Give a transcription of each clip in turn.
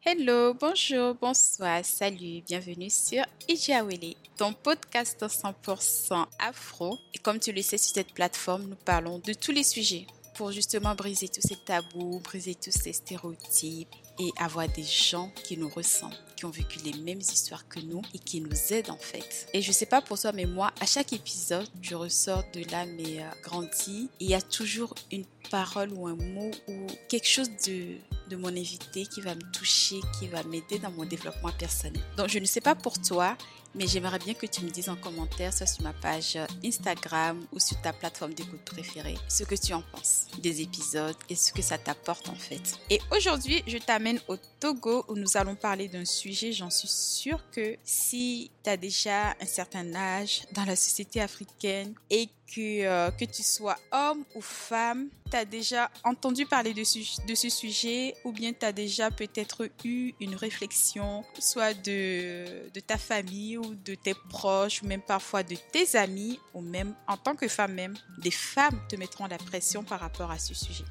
Hello, bonjour, bonsoir, salut, bienvenue sur Ijiawele, ton podcast 100% afro. Et comme tu le sais, sur cette plateforme, nous parlons de tous les sujets pour justement briser tous ces tabous, briser tous ces stéréotypes et avoir des gens qui nous ressemblent, qui ont vécu les mêmes histoires que nous et qui nous aident en fait. Et je sais pas pour toi, mais moi, à chaque épisode, je ressors de là, mais grandi. Et il y a toujours une parole ou un mot ou quelque chose de mon invité qui va me toucher, qui va m'aider dans mon développement personnel. Donc, je ne sais pas pour toi, mais j'aimerais bien que tu me dises en commentaire, soit sur ma page Instagram ou sur ta plateforme d'écoute préférée, ce que tu en penses des épisodes et ce que ça t'apporte en fait. Et aujourd'hui, je t'amène au Togo où nous allons parler d'un sujet, j'en suis sûre que si tu as déjà un certain âge dans la société africaine et que tu sois homme ou femme, tu as déjà entendu parler de ce sujet ou bien tu as déjà peut-être eu une réflexion, soit de ta famille ou de tes proches ou même parfois de tes amis ou même en tant que femme même, des femmes te mettront la pression par rapport à ce sujet.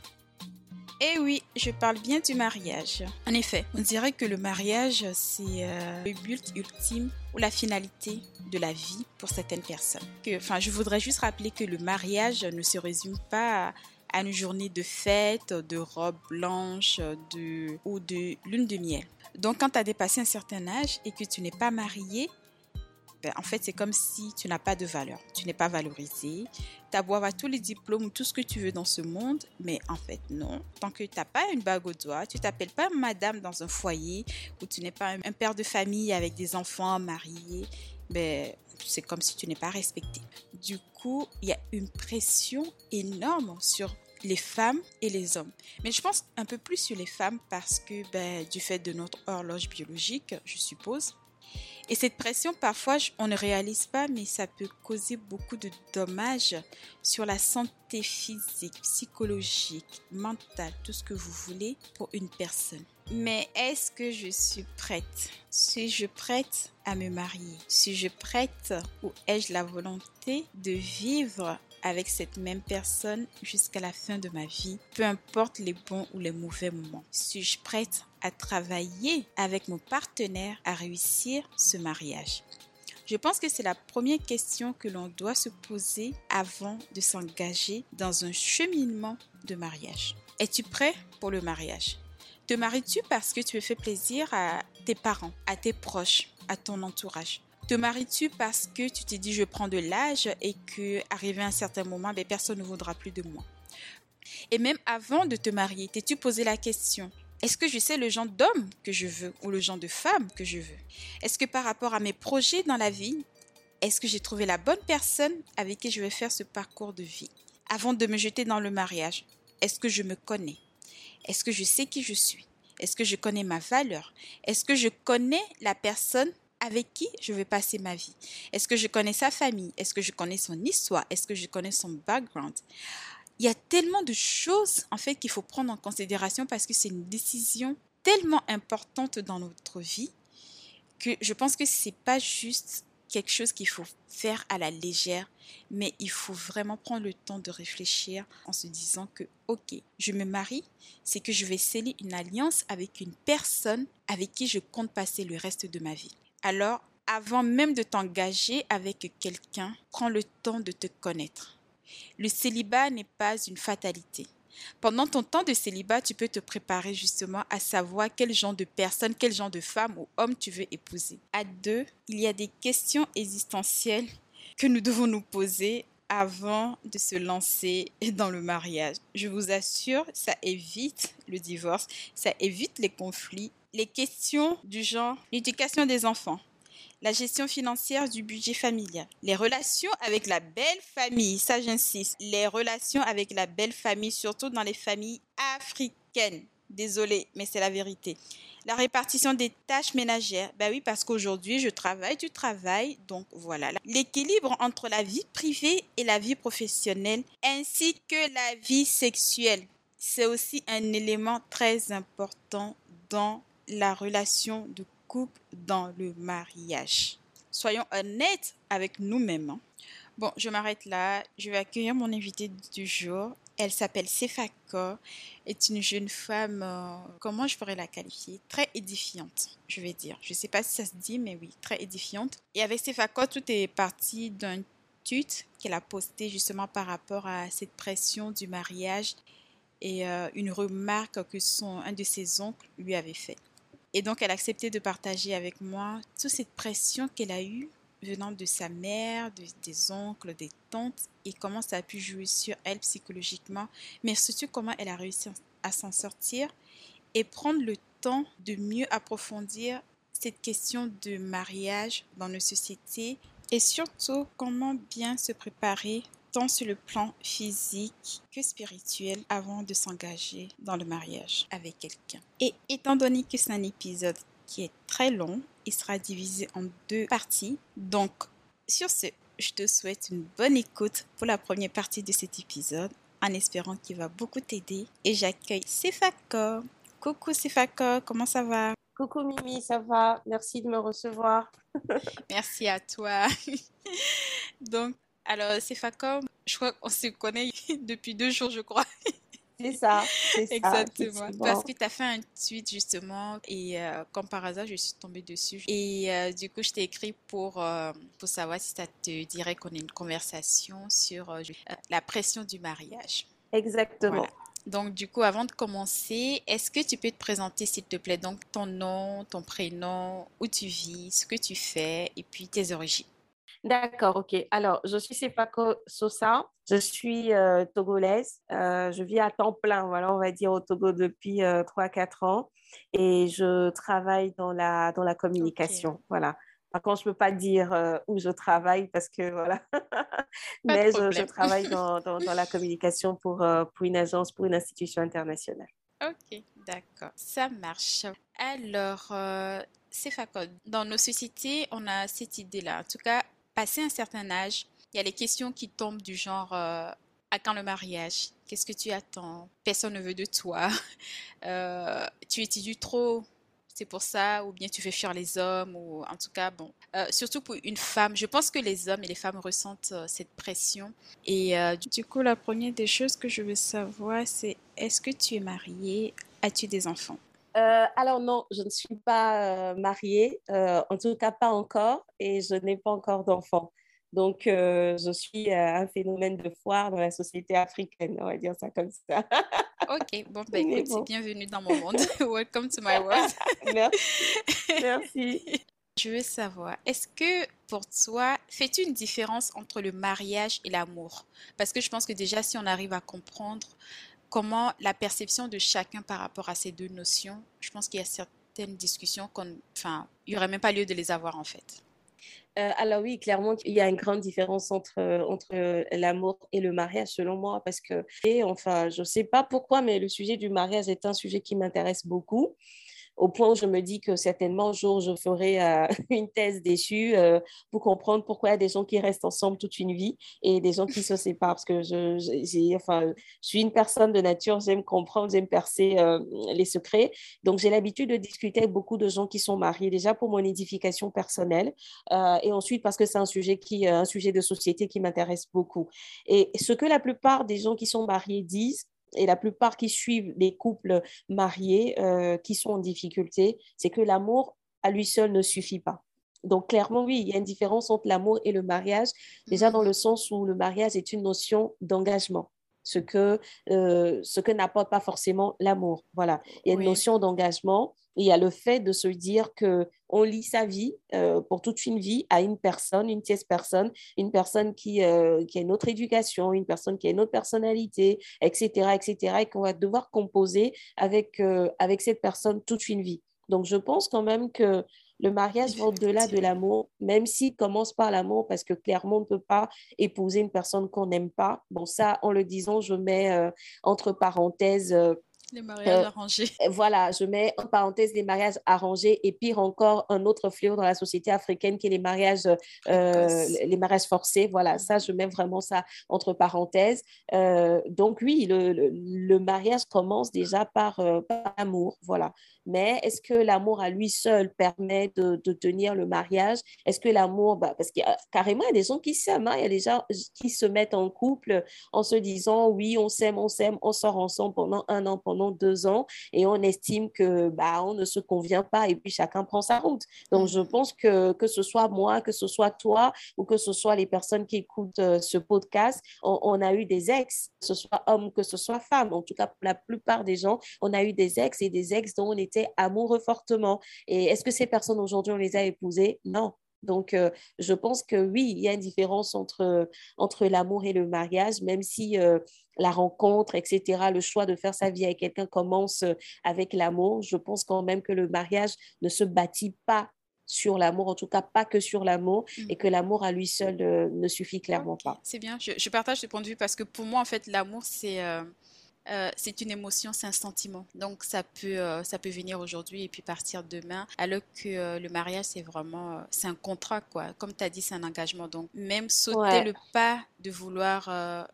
Eh oui, je parle bien du mariage. En effet, on dirait que le mariage, c'est le but ultime ou la finalité de la vie pour certaines personnes. Je voudrais juste rappeler que le mariage ne se résume pas à une journée de fête, de robe blanche ou de lune de miel. Donc, quand tu as dépassé un certain âge et que tu n'es pas marié, en fait, c'est comme si tu n'as pas de valeur. Tu n'es pas valorisé. Tu as beau avoir tous les diplômes ou tout ce que tu veux dans ce monde, mais en fait, non. Tant que tu n'as pas une bague au doigt, tu t'appelles pas madame dans un foyer, ou tu n'es pas un père de famille avec des enfants mariés, c'est comme si tu n'es pas respecté. Du coup, il y a une pression énorme sur les femmes et les hommes. Mais je pense un peu plus sur les femmes parce que du fait de notre horloge biologique, je suppose. Et cette pression, parfois, on ne réalise pas, mais ça peut causer beaucoup de dommages sur la santé physique, psychologique, mentale, tout ce que vous voulez pour une personne. Mais est-ce que je suis prête? Suis-je prête à me marier? Suis-je prête ou ai-je la volonté de vivre avec cette même personne jusqu'à la fin de ma vie, peu importe les bons ou les mauvais moments? Suis-je prête à travailler avec mon partenaire à réussir ce mariage? Je pense que c'est la première question que l'on doit se poser avant de s'engager dans un cheminement de mariage. Es-tu prêt pour le mariage? Te maries-tu parce que tu veux faire plaisir à tes parents, à tes proches, à ton entourage? Te maries-tu parce que tu te dis je prends de l'âge et qu'arrivé à un certain moment, personne ne voudra plus de moi? Et même avant de te marier, t'es-tu posé la question: est-ce que je sais le genre d'homme que je veux ou le genre de femme que je veux? Est-ce que par rapport à mes projets dans la vie, est-ce que j'ai trouvé la bonne personne avec qui je vais faire ce parcours de vie? Avant de me jeter dans le mariage, est-ce que je me connais? Est-ce que je sais qui je suis? Est-ce que je connais ma valeur? Est-ce que je connais la personne avec qui je vais passer ma vie? Est-ce que je connais sa famille? Est-ce que je connais son histoire? Est-ce que je connais son background? Il y a tellement de choses en fait qu'il faut prendre en considération parce que c'est une décision tellement importante dans notre vie que je pense que c'est pas juste quelque chose qu'il faut faire à la légère, mais il faut vraiment prendre le temps de réfléchir en se disant que ok, je me marie, c'est que je vais sceller une alliance avec une personne avec qui je compte passer le reste de ma vie. Alors, avant même de t'engager avec quelqu'un, prends le temps de te connaître. Le célibat n'est pas une fatalité. Pendant ton temps de célibat, tu peux te préparer justement à savoir quel genre de personne, quel genre de femme ou homme tu veux épouser. À deux, il y a des questions existentielles que nous devons nous poser avant de se lancer dans le mariage. Je vous assure, ça évite le divorce, ça évite les conflits, les questions du genre l'éducation des enfants, la gestion financière du budget familial, les relations avec la belle famille, ça j'insiste, les relations avec la belle famille, surtout dans les familles africaines. Désolée, mais c'est la vérité. La répartition des tâches ménagères. Ben oui, parce qu'aujourd'hui, je travaille, tu travailles, donc voilà. L'équilibre entre la vie privée et la vie professionnelle, ainsi que la vie sexuelle. C'est aussi un élément très important dans la relation de couple dans le mariage. Soyons honnêtes avec nous-mêmes. Bon, je m'arrête là. Je vais accueillir mon invitée du jour. Elle s'appelle Sefako, est une jeune femme, comment je pourrais la qualifier? Très édifiante, je vais dire. Je ne sais pas si ça se dit, mais oui, très édifiante. Et avec Sefako, tout est parti d'un tweet qu'elle a posté justement par rapport à cette pression du mariage et une remarque que un de ses oncles lui avait faite. Et donc, elle a accepté de partager avec moi toute cette pression qu'elle a eue venant de sa mère, des oncles, des tantes, et comment ça a pu jouer sur elle psychologiquement, mais surtout comment elle a réussi à s'en sortir et prendre le temps de mieux approfondir cette question de mariage dans nos sociétés et surtout comment bien se préparer tant sur le plan physique que spirituel avant de s'engager dans le mariage avec quelqu'un. Et étant donné que c'est un épisode qui est très long, il sera divisé en 2 parties. Donc, sur ce, je te souhaite une bonne écoute pour la première partie de cet épisode en espérant qu'il va beaucoup t'aider. Et j'accueille Sefako. Coucou Sefako, comment ça va? Coucou Mimi, ça va? Merci de me recevoir. Merci à toi. Donc, alors Sefako, je crois qu'on se connaît depuis 2 jours, je crois. C'est ça, Exactement. Parce effectivement. que tu as fait un tweet justement et comme par hasard, je suis tombée dessus. Et du coup, je t'ai écrit pour savoir si ça te dirait qu'on ait une conversation sur la pression du mariage. Voilà. Exactement. Donc, du coup, avant de commencer, est-ce que tu peux te présenter, s'il te plaît, donc ton nom, ton prénom, où tu vis, ce que tu fais et puis tes origines. D'accord, ok. Alors, je suis Sefako Sosa, je suis togolaise. Je vis à temps plein, voilà, on va dire, au Togo depuis 3-4 ans et je travaille dans la Ok, communication. Voilà. Par contre, je ne peux pas dire où je travaille parce que voilà, pas de mais je problème. travaille dans la communication pour une agence, pour une institution internationale. Ok, d'accord, ça marche. Alors, c'est facile. Dans nos sociétés, on a cette idée-là. En tout cas, passé un certain âge, il y a les questions qui tombent du genre à quand le mariage? Qu'est-ce que tu attends? Personne ne veut de toi. Tu étudies trop, c'est pour ça, ou bien tu fais fuir les hommes, ou en tout cas, bon. Surtout pour une femme, je pense que les hommes et les femmes ressentent cette pression. Et du coup, la première des choses que je veux savoir, c'est est-ce que tu es mariée? As-tu des enfants? Alors non, je ne suis pas mariée, en tout cas pas encore, et je n'ai pas encore d'enfant. Donc, je suis un phénomène de foire dans la société africaine, on va dire ça comme ça. Ok, bon, bah Mais écoute, bon, bienvenue dans mon monde. Welcome to my world. merci, merci. Je veux savoir, est-ce que pour toi, fais-tu une différence entre le mariage et l'amour? Parce que je pense que déjà, si on arrive à comprendre comment la perception de chacun par rapport à ces deux notions, je pense qu'il y a certaines discussions enfin, il n'y aurait même pas lieu de les avoir en fait. Alors oui, clairement, il y a une grande différence entre l'amour et le mariage, selon moi, parce que, et enfin, je ne sais pas pourquoi, mais le sujet du mariage est un sujet qui m'intéresse beaucoup, au point où je me dis que certainement un jour je ferai une thèse dessus pour comprendre pourquoi il y a des gens qui restent ensemble toute une vie et des gens qui se séparent. Parce que enfin, je suis une personne de nature, j'aime comprendre, j'aime percer les secrets. Donc j'ai l'habitude de discuter avec beaucoup de gens qui sont mariés, déjà pour mon édification personnelle et ensuite parce que c'est un sujet de société qui m'intéresse beaucoup. Et ce que la plupart des gens qui sont mariés disent, et la plupart qui suivent les couples mariés qui sont en difficulté, c'est que l'amour à lui seul ne suffit pas. Donc, clairement, oui, il y a une différence entre l'amour et le mariage, déjà dans le Mhm. sens où le mariage est une notion d'engagement, ce que n'apporte pas forcément l'amour. Voilà, il y a une Oui, notion d'engagement. Il y a le fait de se dire que on lie sa vie pour toute une vie à une personne, une tierce personne, une personne qui a une autre éducation, une personne qui a une autre personnalité, etc., etc., et qu'on va devoir composer avec cette personne toute une vie. Donc, je pense quand même que le mariage va au-delà de effectivement. l'amour, même s'il commence par l'amour, parce que clairement, on ne peut pas épouser une personne qu'on n'aime pas. Bon, ça, en le disant, je mets entre parenthèses Les mariages arrangés. Voilà, je mets en parenthèse les mariages arrangés et pire encore, un autre fléau dans la société africaine qui est Précoce. les mariages forcés. Voilà, ça, je mets vraiment ça entre parenthèses. Donc oui, le mariage commence déjà par l'amour, voilà. Mais est-ce que l'amour à lui seul permet de tenir le mariage? Est-ce que l'amour, bah, parce qu'il y a carrément il y a des gens qui s'aiment, hein, il y a des gens qui se mettent en couple en se disant oui, on s'aime, on sort ensemble pendant 1 an, pendant 2 ans et on estime que bah, on ne se convient pas et puis chacun prend sa route. Donc, je Mhm. pense que ce soit moi, que ce soit toi ou que ce soit les personnes qui écoutent ce podcast, on a eu des ex, que ce soit homme, que ce soit femme. En tout cas, pour la plupart des gens, on a eu des ex et des ex dont on était amoureux fortement. Et est-ce que ces personnes aujourd'hui, on les a épousées? Non. Donc, je pense que oui, il y a une différence entre l'amour et le mariage, même si la rencontre, etc., le choix de faire sa vie avec quelqu'un commence avec l'amour. Je pense quand même que le mariage ne se bâtit pas sur l'amour, en tout cas pas que sur l'amour, et que Mhm. l'amour à lui seul ne suffit clairement Ok, pas. c'est bien. Je partage ce point de vue parce que pour moi, en fait, l'amour, c'est une émotion, c'est un sentiment. Donc, ça peut venir aujourd'hui et puis partir demain. Alors que le mariage, c'est vraiment, c'est un contrat, quoi. Comme tu as dit, c'est un engagement. Donc, même sauter Ouais, le pas de vouloir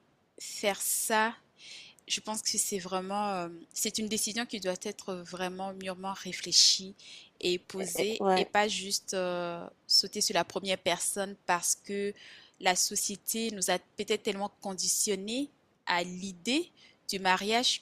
faire ça, je pense que c'est vraiment, c'est une décision qui doit être vraiment mûrement réfléchie et posée et ouais, pas juste sauter sur la première personne parce que la société nous a peut-être tellement conditionnés à l'idée du mariage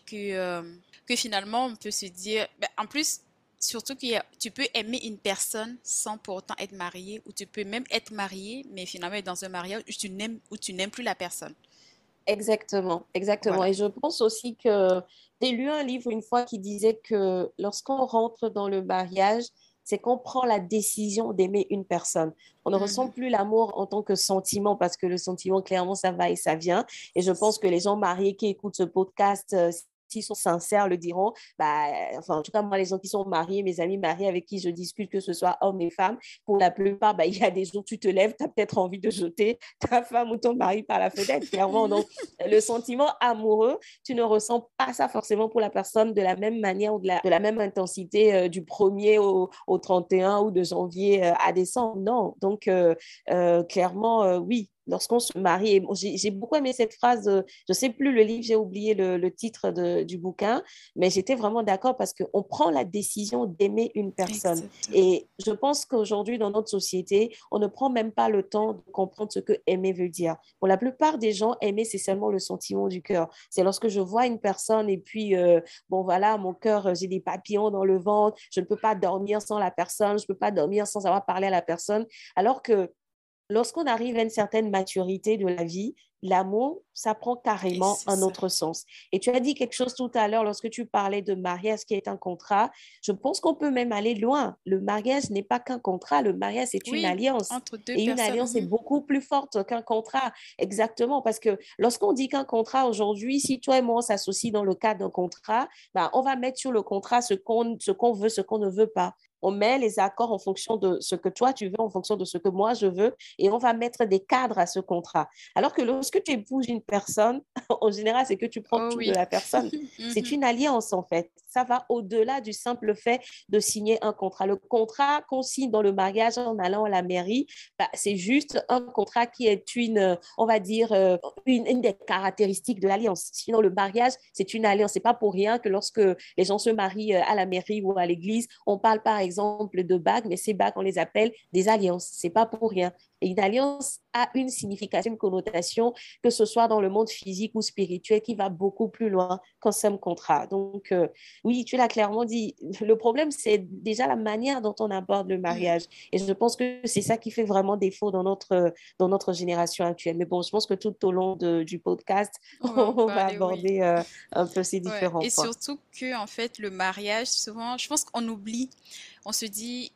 que finalement on peut se dire, ben, en plus, surtout tu peux aimer une personne sans pour autant être marié ou tu peux même être marié mais finalement être dans un mariage où tu n'aimes plus la personne. exactement, exactement. Voilà. Et je pense aussi que j'ai lu un livre une fois qui disait que lorsqu'on rentre dans le mariage, c'est qu'on prend la décision d'aimer une personne. On ne ressent Mhm. plus l'amour en tant que sentiment parce que le sentiment, clairement, ça va et ça vient. Et je pense que les gens mariés qui écoutent ce podcast, s'ils sont sincères, le diront. Bah, enfin, en tout cas, moi, les gens qui sont mariés, mes amis mariés avec qui je discute, que ce soit hommes et femmes, pour la plupart, bah, il y a des jours, tu te lèves, tu as peut-être envie de jeter ta femme ou ton mari par la fenêtre, clairement. Donc, le sentiment amoureux, tu ne ressens pas ça forcément pour la personne de la même manière ou de la même intensité du 1er au 31 ou de janvier à décembre. Non. Donc, clairement, oui. Lorsqu'on se marie, et j'ai beaucoup aimé cette phrase, je ne sais plus le livre, j'ai oublié le titre du bouquin, mais j'étais vraiment d'accord parce qu'on prend la décision d'aimer une personne. Exactement. Et je pense qu'aujourd'hui, dans notre société, on ne prend même pas le temps de comprendre ce que aimer veut dire. Pour la plupart des gens, aimer, c'est seulement le sentiment du cœur. C'est lorsque je vois une personne et puis, bon, voilà, mon cœur, j'ai des papillons dans le ventre, je ne peux pas dormir sans la personne, je ne peux pas dormir sans avoir parlé à la personne. Alors que lorsqu'on arrive à une certaine maturité de la vie, l'amour, ça prend Et carrément c'est un ça. autre sens. Et tu as dit quelque chose tout à l'heure lorsque tu parlais de mariage qui est un contrat. Je pense qu'on peut même aller loin. Le mariage n'est pas qu'un contrat, le mariage, c'est une Oui, alliance. entre deux Et une personnes. alliance est Mhm. beaucoup plus forte qu'un contrat. Exactement, parce que lorsqu'on dit qu'un contrat aujourd'hui, si toi et moi on s'associe dans le cadre d'un contrat, ben, on va mettre sur le contrat ce qu'on veut, ce qu'on ne veut pas. On met les accords en fonction de ce que toi tu veux, en fonction de ce que moi je veux, et on va mettre des cadres à ce contrat. Alors que lorsque tu épouses une personne, en général, c'est que tu prends Oh tout de oui. la personne. C'est Mhm. une alliance, en fait. Ça va au-delà du simple fait de signer un contrat. Le contrat qu'on signe dans le mariage en allant à la mairie, bah, c'est juste un contrat qui est on va dire, une des caractéristiques de l'alliance. Sinon, le mariage, c'est une alliance. C'est pas pour rien que lorsque les gens se marient à la mairie ou à l'église, on parle par exemple de bagues, mais ces bagues, on les appelle des alliances. C'est pas pour rien. Et une alliance a une signification, une connotation, que ce soit dans le monde physique ou spirituel, qui va beaucoup plus loin qu'un simple contrat. Donc, oui, tu l'as clairement dit. Le problème, c'est déjà la manière dont on aborde le Mhm. mariage. Et je pense que c'est ça qui fait vraiment défaut dans notre génération actuelle. Mais bon, je pense que tout au long du podcast, On va en on va parler, oui. aborder un peu ces Ouais. différents Et points. surtout que, en fait, le mariage, souvent, je pense qu'on oublie. On se dit,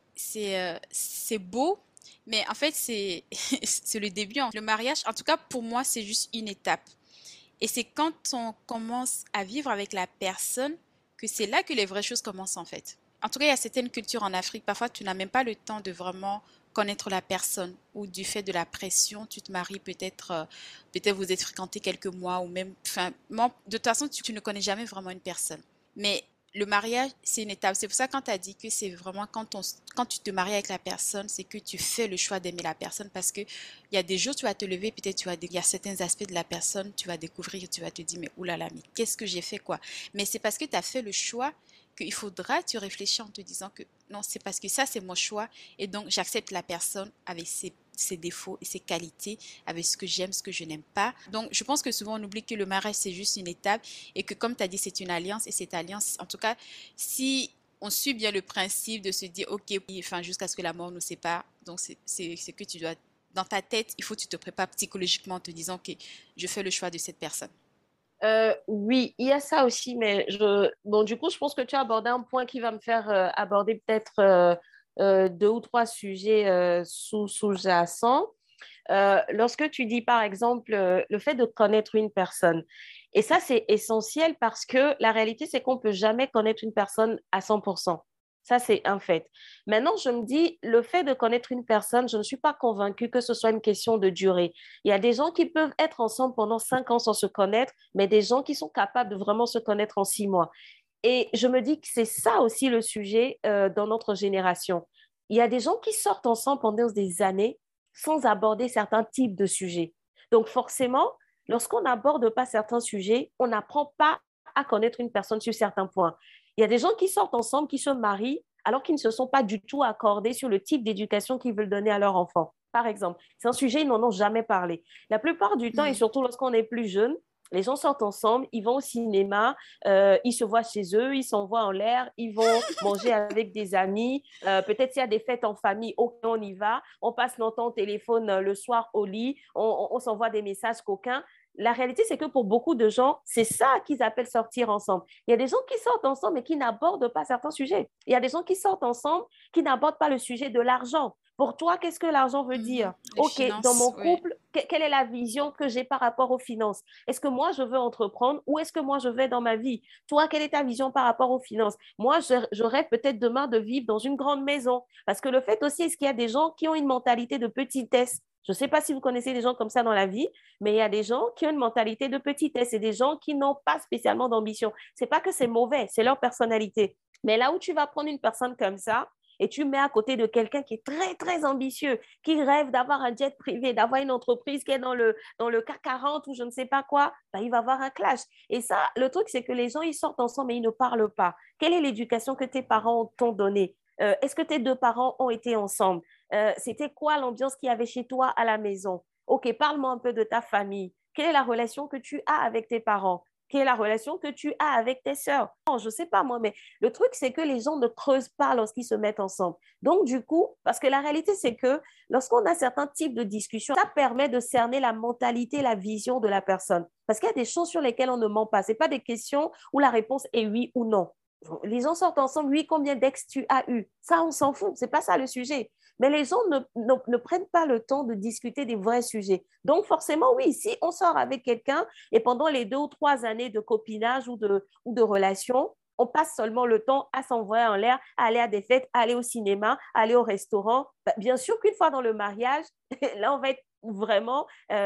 c'est beau, mais en fait, c'est le début. Le mariage, en tout cas, pour moi, c'est juste une étape. Et c'est quand on commence à vivre avec la personne que c'est là que les vraies choses commencent en fait. En tout cas, il y a certaines cultures en Afrique, parfois tu n'as même pas le temps de vraiment connaître la personne ou du fait de la pression, tu te maries peut-être vous êtes fréquenté quelques mois ou même, enfin, de toute façon, tu ne connais jamais vraiment une personne. Mais le mariage, c'est une étape. C'est pour ça quand tu as dit que c'est vraiment quand tu te maries avec la personne, c'est que tu fais le choix d'aimer la personne parce que il y a des jours tu vas te lever, peut-être il y a certains aspects de la personne, tu vas découvrir, tu vas te dire mais oulala, mais qu'est-ce que j'ai fait quoi? Mais c'est parce que tu as fait le choix qu'il faudra tu réfléchir en te disant que non, c'est parce que ça c'est mon choix et donc j'accepte la personne avec ses défauts et ses qualités, avec ce que j'aime, ce que je n'aime pas. Donc je pense que souvent on oublie que le mariage c'est juste une étape et que comme tu as dit, c'est une alliance et cette alliance, en tout cas, si on suit bien le principe de se dire, ok, enfin, jusqu'à ce que la mort nous sépare, donc c'est que tu dois, dans ta tête, il faut que tu te prépares psychologiquement en te disant, ok, je fais le choix de cette personne. Oui, il y a ça aussi, mais bon, du coup, je pense que tu as abordé un point qui va me faire aborder peut-être deux ou trois sujets sous-jacents. Lorsque tu dis, par exemple, le fait de connaître une personne, et ça, c'est essentiel parce que la réalité, c'est qu'on ne peut jamais connaître une personne à 100%. Ça, c'est un fait. Maintenant, je me dis, le fait de connaître une personne, je ne suis pas convaincue que ce soit une question de durée. Il y a des gens qui peuvent être ensemble pendant 5 ans sans se connaître, mais des gens qui sont capables de vraiment se connaître en 6 mois. Et je me dis que c'est ça aussi le sujet dans notre génération. Il y a des gens qui sortent ensemble pendant des années sans aborder certains types de sujets. Donc forcément, lorsqu'on n'aborde pas certains sujets, on n'apprend pas à connaître une personne sur certains points. Il y a des gens qui sortent ensemble, qui se marient, alors qu'ils ne se sont pas du tout accordés sur le type d'éducation qu'ils veulent donner à leur enfant. Par exemple, c'est un sujet, ils n'en ont jamais parlé. La plupart du temps, et Mhm. surtout lorsqu'on est plus jeune, les gens sortent ensemble, ils vont au cinéma, ils se voient chez eux, ils s'envoient en l'air, ils vont manger avec des amis. Peut-être s'il y a des fêtes en famille, ok, on y va. On passe longtemps au téléphone le soir au lit, on s'envoie des messages coquins. La réalité, c'est que pour beaucoup de gens, c'est ça qu'ils appellent sortir ensemble. Il y a des gens qui sortent ensemble et qui n'abordent pas certains sujets. Il y a des gens qui sortent ensemble qui n'abordent pas le sujet de l'argent. Pour toi, qu'est-ce que l'argent veut Mhm. dire? Les Ok, dans mon finances, oui. couple, quelle est la vision que j'ai par rapport aux finances? Est-ce que moi, je veux entreprendre ou est-ce que moi, je vais dans ma vie? Toi, quelle est ta vision par rapport aux finances? Moi, je rêve peut-être demain de vivre dans une grande maison. Parce que le fait aussi, est-ce qu'il y a des gens qui ont une mentalité de petitesse? Je ne sais pas si vous connaissez des gens comme ça dans la vie, mais il y a des gens qui ont une mentalité de petitesse et des gens qui n'ont pas spécialement d'ambition. C'est pas que c'est mauvais, c'est leur personnalité. Mais là où tu vas prendre une personne comme ça, et tu mets à côté de quelqu'un qui est très, très ambitieux, qui rêve d'avoir un jet privé, d'avoir une entreprise qui est dans le CAC 40 ou je ne sais pas quoi, ben, il va avoir un clash. Et ça, le truc, c'est que les gens, ils sortent ensemble et ils ne parlent pas. Quelle est l'éducation que tes parents t'ont donnée? Est-ce que tes deux parents ont été ensemble? C'était quoi l'ambiance qu'il y avait chez toi à la maison? Ok, parle-moi un peu de ta famille. Quelle est la relation que tu as avec tes parents? Quelle est la relation que tu as avec tes sœurs? Non, je ne sais pas moi, mais le truc, c'est que les gens ne creusent pas lorsqu'ils se mettent ensemble. Donc, du coup, parce que la réalité, c'est que lorsqu'on a certains types de discussions, ça permet de cerner la mentalité, la vision de la personne. Parce qu'il y a des choses sur lesquelles on ne ment pas. Ce n'est pas des questions où la réponse est oui ou non. Les gens sortent ensemble, oui, combien d'ex tu as eu? Ça, on s'en fout, c'est pas ça le sujet. Mais les gens ne prennent pas le temps de discuter des vrais sujets. Donc, forcément, oui, si on sort avec quelqu'un et pendant les 2 ou 3 années de copinage ou de relation, on passe seulement le temps à s'envoyer en l'air, à aller à des fêtes, à aller au cinéma, à aller au restaurant. Bien sûr qu'une fois dans le mariage, là, on va être vraiment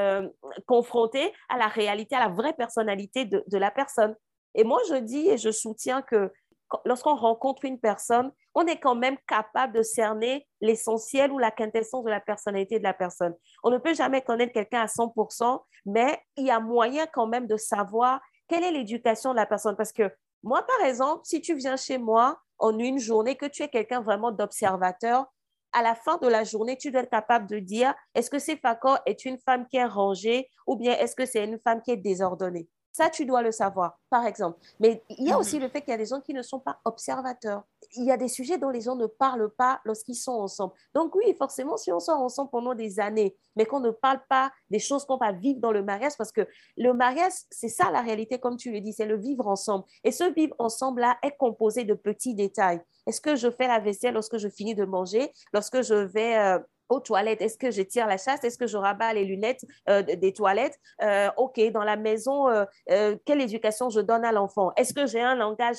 confronté à la réalité, à la vraie personnalité de la personne. Et moi, je dis et je soutiens que lorsqu'on rencontre une personne, on est quand même capable de cerner l'essentiel ou la quintessence de la personnalité de la personne. On ne peut jamais connaître quelqu'un à 100%, mais il y a moyen quand même de savoir quelle est l'éducation de la personne. Parce que moi, par exemple, si tu viens chez moi en une journée, que tu es quelqu'un vraiment d'observateur, à la fin de la journée, tu dois être capable de dire est-ce que Sefako est une femme qui est rangée ou bien est-ce que c'est une femme qui est désordonnée? Ça, tu dois le savoir, par exemple. Mais il y a aussi Mhm. le fait qu'il y a des gens qui ne sont pas observateurs. Il y a des sujets dont les gens ne parlent pas lorsqu'ils sont ensemble. Donc oui, forcément, si on sort ensemble pendant des années, mais qu'on ne parle pas des choses qu'on va vivre dans le mariage, parce que le mariage, c'est ça la réalité, comme tu le dis, c'est le vivre ensemble. Et ce vivre ensemble-là est composé de petits détails. Est-ce que je fais la vaisselle lorsque je finis de manger? Lorsque je vais aux toilettes, est-ce que je tire la chasse? Est-ce que je rabats les lunettes des toilettes? Ok, dans la maison, quelle éducation je donne à l'enfant? Est-ce que j'ai un langage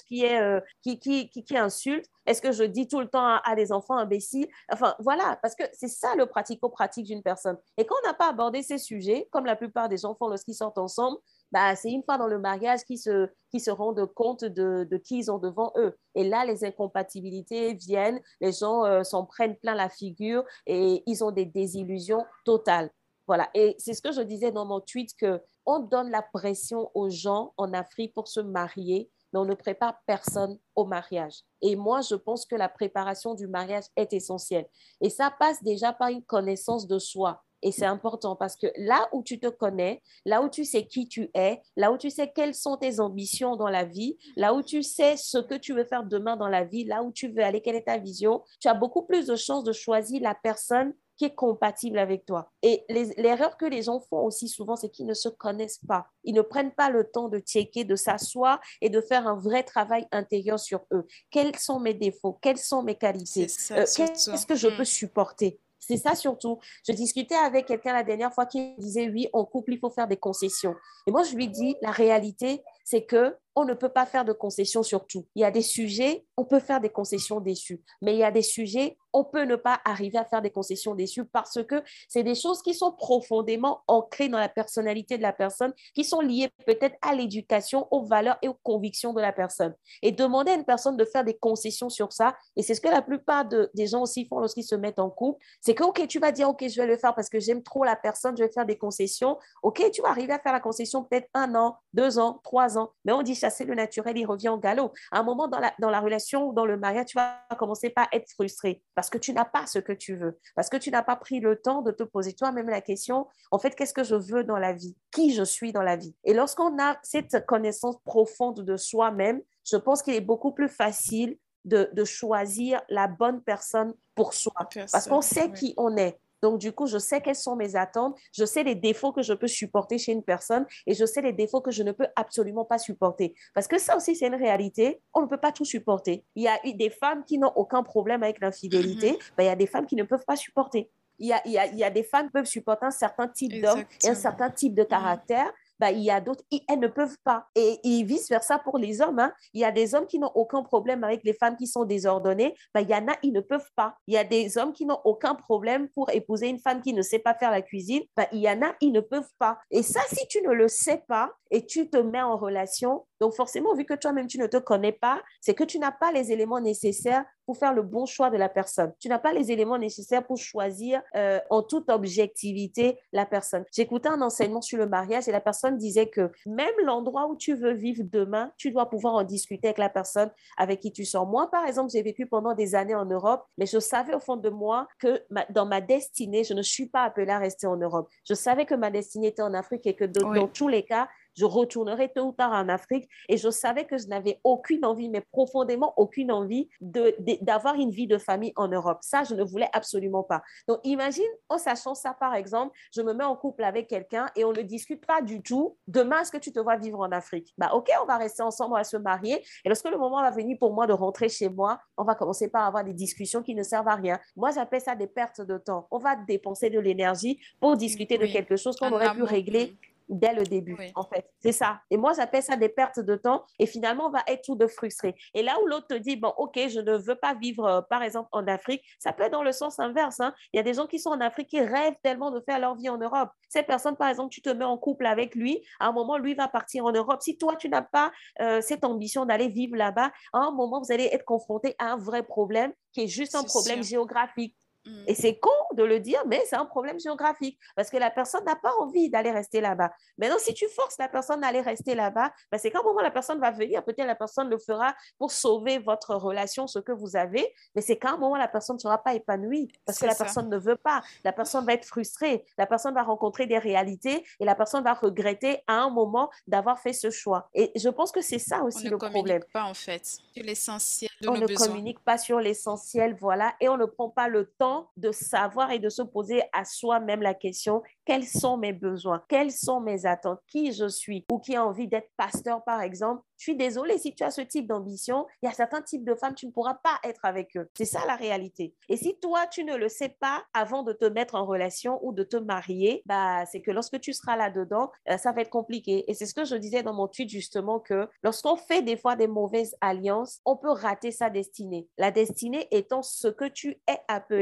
qui insulte? Est-ce que je dis tout le temps à des enfants imbéciles? Enfin, voilà, parce que c'est ça le pratico-pratique d'une personne. Et quand on n'a pas abordé ces sujets, comme la plupart des gens font lorsqu'ils sortent ensemble, Bah, c'est une fois dans le mariage qu'ils se rendent compte de qui ils ont devant eux. Et là, les incompatibilités viennent, les gens s'en prennent plein la figure et ils ont des désillusions totales. Voilà. Et c'est ce que je disais dans mon tweet, qu'on donne la pression aux gens en Afrique pour se marier, mais on ne prépare personne au mariage. Et moi, je pense que la préparation du mariage est essentielle. Et ça passe déjà par une connaissance de soi. Et c'est important parce que là où tu te connais, là où tu sais qui tu es, là où tu sais quelles sont tes ambitions dans la vie, là où tu sais ce que tu veux faire demain dans la vie, là où tu veux aller, quelle est ta vision, tu as beaucoup plus de chances de choisir la personne qui est compatible avec toi. Et l'erreur que les gens font aussi souvent, c'est qu'ils ne se connaissent pas. Ils ne prennent pas le temps de checker, de s'asseoir et de faire un vrai travail intérieur sur eux. Quels sont mes défauts? Quelles sont mes C'est qualités? ça surtout. Qu'est-ce que je peux supporter? C'est ça surtout. Je discutais avec quelqu'un la dernière fois qui disait, oui, en couple, il faut faire des concessions. Et moi, je lui dis, la réalité, c'est que on ne peut pas faire de concessions sur tout. Il y a des sujets, on peut faire des concessions dessus. Mais il y a des sujets, on peut ne pas arriver à faire des concessions dessus parce que c'est des choses qui sont profondément ancrées dans la personnalité de la personne, qui sont liées peut-être à l'éducation, aux valeurs et aux convictions de la personne. Et demander à une personne de faire des concessions sur ça, et c'est ce que la plupart des gens aussi font lorsqu'ils se mettent en couple, c'est que, OK, tu vas dire, OK, je vais le faire parce que j'aime trop la personne, je vais faire des concessions. OK, tu vas arriver à faire la concession peut-être 1 an, 2 ans, 3 ans, mais on dit chasser le naturel, il revient au galop. À un moment dans la relation ou dans le mariage, tu vas commencer par être frustré parce que tu n'as pas ce que tu veux, parce que tu n'as pas pris le temps de te poser toi-même la question, en fait, qu'est-ce que je veux dans la vie? Qui je suis dans la vie? Et lorsqu'on a cette connaissance profonde de soi-même, je pense qu'il est beaucoup plus facile de choisir la bonne personne pour soi, parce qu'on Personne, sait oui. qui on est. Donc, du coup, je sais quelles sont mes attentes, je sais les défauts que je peux supporter chez une personne et je sais les défauts que je ne peux absolument pas supporter. Parce que ça aussi, c'est une réalité, on ne peut pas tout supporter. Il y a des femmes qui n'ont aucun problème avec l'infidélité, ben, il y a des femmes qui ne peuvent pas supporter. Il y a des femmes qui peuvent supporter un certain type d'homme et un Exactement. certain type de Mhm. caractère. Bah, il y a d'autres, elles ne peuvent pas. Et vice-versa pour les hommes. Hein. Il y a des hommes qui n'ont aucun problème avec les femmes qui sont désordonnées. Bah, il y en a, ils ne peuvent pas. Il y a des hommes qui n'ont aucun problème pour épouser une femme qui ne sait pas faire la cuisine. Bah, il y en a, ils ne peuvent pas. Et ça, si tu ne le sais pas et tu te mets en relation, donc forcément, vu que toi-même, tu ne te connais pas, c'est que tu n'as pas les éléments nécessaires pour faire le bon choix de la personne. Tu n'as pas les éléments nécessaires pour choisir en toute objectivité la personne. J'écoutais un enseignement sur le mariage et la personne disait que même l'endroit où tu veux vivre demain, tu dois pouvoir en discuter avec la personne avec qui tu sors. Moi, par exemple, j'ai vécu pendant des années en Europe, mais je savais au fond de moi que dans ma destinée, je ne suis pas appelée à rester en Europe. Je savais que ma destinée était en Afrique et que Oui, dans tous les cas, je retournerai tôt ou tard en Afrique et je savais que je n'avais aucune envie, mais profondément aucune envie d'avoir une vie de famille en Europe. Ça, je ne voulais absolument pas. Donc, imagine, en sachant ça, par exemple, je me mets en couple avec quelqu'un et on ne discute pas du tout. Demain, est-ce que tu te vois vivre en Afrique? Bah, OK, on va rester ensemble, on va se marier. Et lorsque le moment va venir pour moi de rentrer chez moi, on va commencer par avoir des discussions qui ne servent à rien. Moi, j'appelle ça des pertes de temps. On va dépenser de l'énergie pour discuter de oui. quelque chose qu'on En aurait pu amont. régler dès le début, Oui. en fait. C'est ça. Et moi, j'appelle ça des pertes de temps. Et finalement, on va être tout de frustré. Et là où l'autre te dit, bon, OK, je ne veux pas vivre, par exemple, en Afrique, ça peut être dans le sens inverse. Hein. Il y a des gens qui sont en Afrique qui rêvent tellement de faire leur vie en Europe. Cette personne, par exemple, tu te mets en couple avec lui, à un moment, lui va partir en Europe. Si toi, tu n'as pas cette ambition d'aller vivre là-bas, à un moment, vous allez être confronté à un vrai problème qui est juste un C'est problème sûr. géographique. Mhm. Et c'est con de le dire, mais c'est un problème géographique parce que la personne n'a pas envie d'aller rester là-bas. Maintenant, si tu forces la personne à aller rester là-bas, ben c'est qu'à un moment, la personne va venir. Peut-être la personne le fera pour sauver votre relation, ce que vous avez, mais c'est qu'à un moment, la personne ne sera pas épanouie parce que C'est la ça. personne ne veut pas. La personne va être frustrée. La personne va rencontrer des réalités et la personne va regretter à un moment d'avoir fait ce choix. Et je pense que c'est ça On aussi ne le problème. communique pas en fait sur l'essentiel de On nos ne besoins. communique pas sur l'essentiel, voilà, et on ne prend pas le temps de savoir et de se poser à soi-même la question, quels sont mes besoins, quelles sont mes attentes, qui je suis, ou qui a envie d'être pasteur, par exemple. Je suis désolée, si tu as ce type d'ambition, il y a certains types de femmes, tu ne pourras pas être avec eux. C'est ça la réalité. Et si toi, tu ne le sais pas avant de te mettre en relation ou de te marier, bah, c'est que lorsque tu seras là-dedans, ça va être compliqué. Et c'est ce que je disais dans mon tweet, justement, que lorsqu'on fait des fois des mauvaises alliances, on peut rater sa destinée. La destinée étant ce que tu es appelé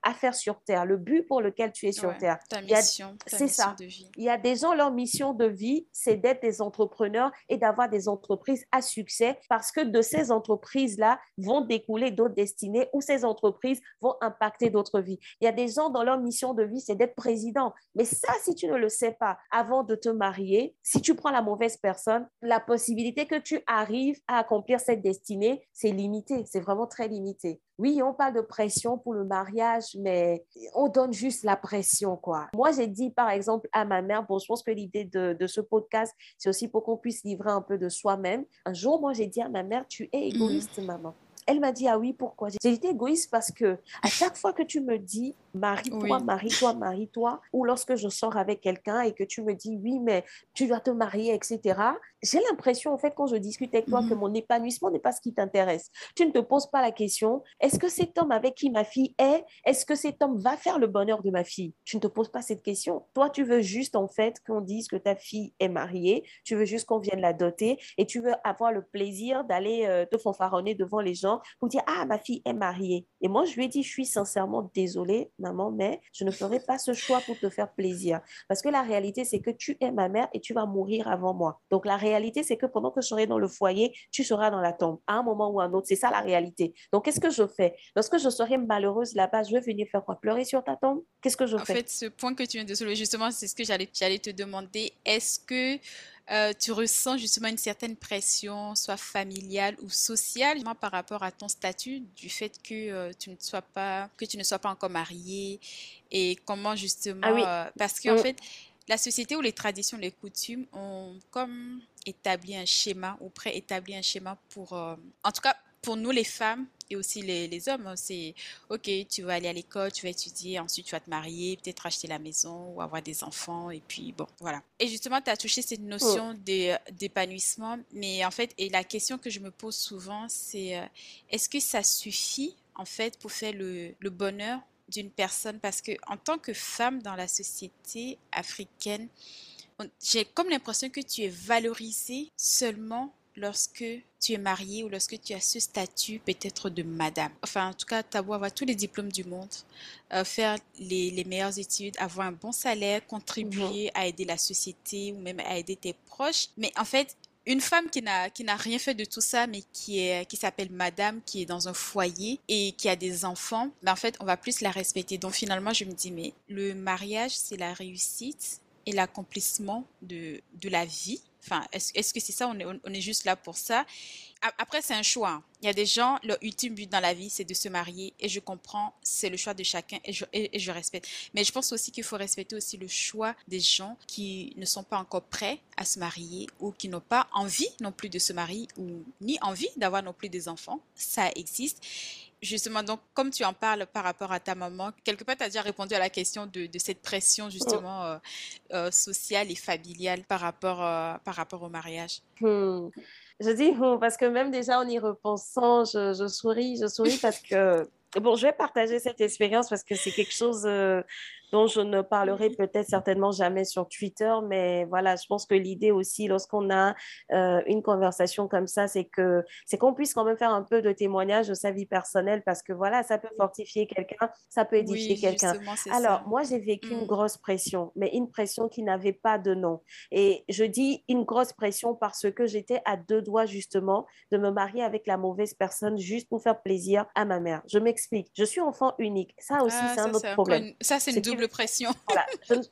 à faire sur Terre, le but pour lequel tu es sur Ouais, Terre. ta C'est mission ça. de vie. Il y a des gens, leur mission de vie, c'est d'être des entrepreneurs et d'avoir des entreprises à succès parce que de ces entreprises-là vont découler d'autres destinées ou ces entreprises vont impacter d'autres vies. Il y a des gens dans leur mission de vie, c'est d'être président. Mais ça, si tu ne le sais pas avant de te marier, si tu prends la mauvaise personne, la possibilité que tu arrives à accomplir cette destinée, c'est limité. C'est vraiment très limité. Oui, on parle de pression pour le mariage, mais on donne juste la pression, quoi. Moi, j'ai dit, par exemple, à ma mère, bon, je pense que l'idée de ce podcast, c'est aussi pour qu'on puisse livrer un peu de soi-même. Un jour, moi, j'ai dit à ma mère, tu es égoïste, maman. Elle m'a dit, ah oui, pourquoi? J'ai été égoïste parce que à chaque fois que tu me dis, marie-toi, Oui. marie-toi, marie-toi, ou lorsque je sors avec quelqu'un et que tu me dis, oui, mais tu dois te marier, etc., j'ai l'impression, en fait, quand je discute avec toi, que mon épanouissement n'est pas ce qui t'intéresse. Tu ne te poses pas la question, est-ce que cet homme avec qui ma fille est-ce que cet homme va faire le bonheur de ma fille? Tu ne te poses pas cette question. Toi, tu veux juste, en fait, qu'on dise que ta fille est mariée, tu veux juste qu'on vienne la doter et tu veux avoir le plaisir d'aller te fanfaronner devant les gens pour dire, ah, ma fille est mariée. Et moi, je lui ai dit, je suis sincèrement désolée, maman, mais je ne ferai pas ce choix pour te faire plaisir. Parce que la réalité, c'est que tu es ma mère et tu vas mourir avant moi. Donc, la réalité, c'est que pendant que je serai dans le foyer, tu seras dans la tombe, à un moment ou à un autre. C'est ça la réalité. Donc, qu'est-ce que je fais? Lorsque je serai malheureuse là-bas, je vais venir faire quoi? Pleurer sur ta tombe? Qu'est-ce que je En fais? fait, ce point que tu viens de soulever, justement, c'est ce que j'allais te demander. Est-ce que tu ressens justement une certaine pression, soit familiale ou sociale, justement, par rapport à ton statut, du fait que que tu ne sois pas encore mariée, et comment Ah justement, oui. parce qu'en Mm. fait, la société ou les traditions, les coutumes ont comme établi un schéma ou préétabli un schéma pour, en tout cas, pour nous les femmes et aussi les hommes, hein, c'est ok, tu vas aller à l'école, tu vas étudier, ensuite tu vas te marier, peut-être acheter la maison ou avoir des enfants, et puis bon, voilà. Et justement, tu as touché cette Mm. notion d'épanouissement, mais en fait, et la question que je me pose souvent, c'est est-ce que ça suffit en fait pour faire le bonheur d'une personne? Parce que en tant que femme dans la société africaine, j'ai comme l'impression que tu es valorisée seulement lorsque tu es mariée ou lorsque tu as ce statut peut-être de madame. Enfin, en tout cas, tu as beau avoir tous les diplômes du monde, faire les meilleures études, avoir un bon salaire, Mhm. contribuer à aider la société ou même à aider tes proches. Mais en fait, une femme qui n'a rien fait de tout ça, mais qui s'appelle madame, qui est dans un foyer et qui a des enfants, ben en fait, on va plus la respecter. Donc finalement, je me dis, mais le mariage, c'est la réussite et l'accomplissement de la vie. Enfin, est-ce que c'est ça, on est juste là pour ça? Après, c'est un choix, hein. Il y a des gens, leur ultime but dans la vie, c'est de se marier. Et je comprends, c'est le choix de chacun et je respecte. Mais je pense aussi qu'il faut respecter aussi le choix des gens qui ne sont pas encore prêts à se marier ou qui n'ont pas envie non plus de se marier ou ni envie d'avoir non plus des enfants. Ça existe. Justement, donc, comme tu en parles par rapport à ta maman, quelque part, tu as déjà répondu à la question de cette pression, justement, sociale et familiale par rapport au mariage. Hmm. Je dis parce que même déjà en y repensant, je souris parce que, bon, je vais partager cette expérience parce que c'est quelque chose dont je ne parlerai Oui. peut-être certainement jamais sur Twitter, mais voilà, je pense que l'idée aussi, lorsqu'on a une conversation comme ça, c'est qu'on puisse quand même faire un peu de témoignage de sa vie personnelle parce que voilà, ça peut fortifier quelqu'un, ça peut Oui, édifier quelqu'un. justement, c'est Alors, ça. moi, j'ai vécu une Mm. grosse pression, mais une pression qui n'avait pas de nom. Et je dis une grosse pression parce que j'étais à deux doigts justement de me marier avec la mauvaise personne juste pour faire plaisir à ma mère. Je m'explique. Je suis enfant unique. Ça aussi, Ah, c'est un autre problème. ça, c'est Ce une qui veut double dire, pression. voilà,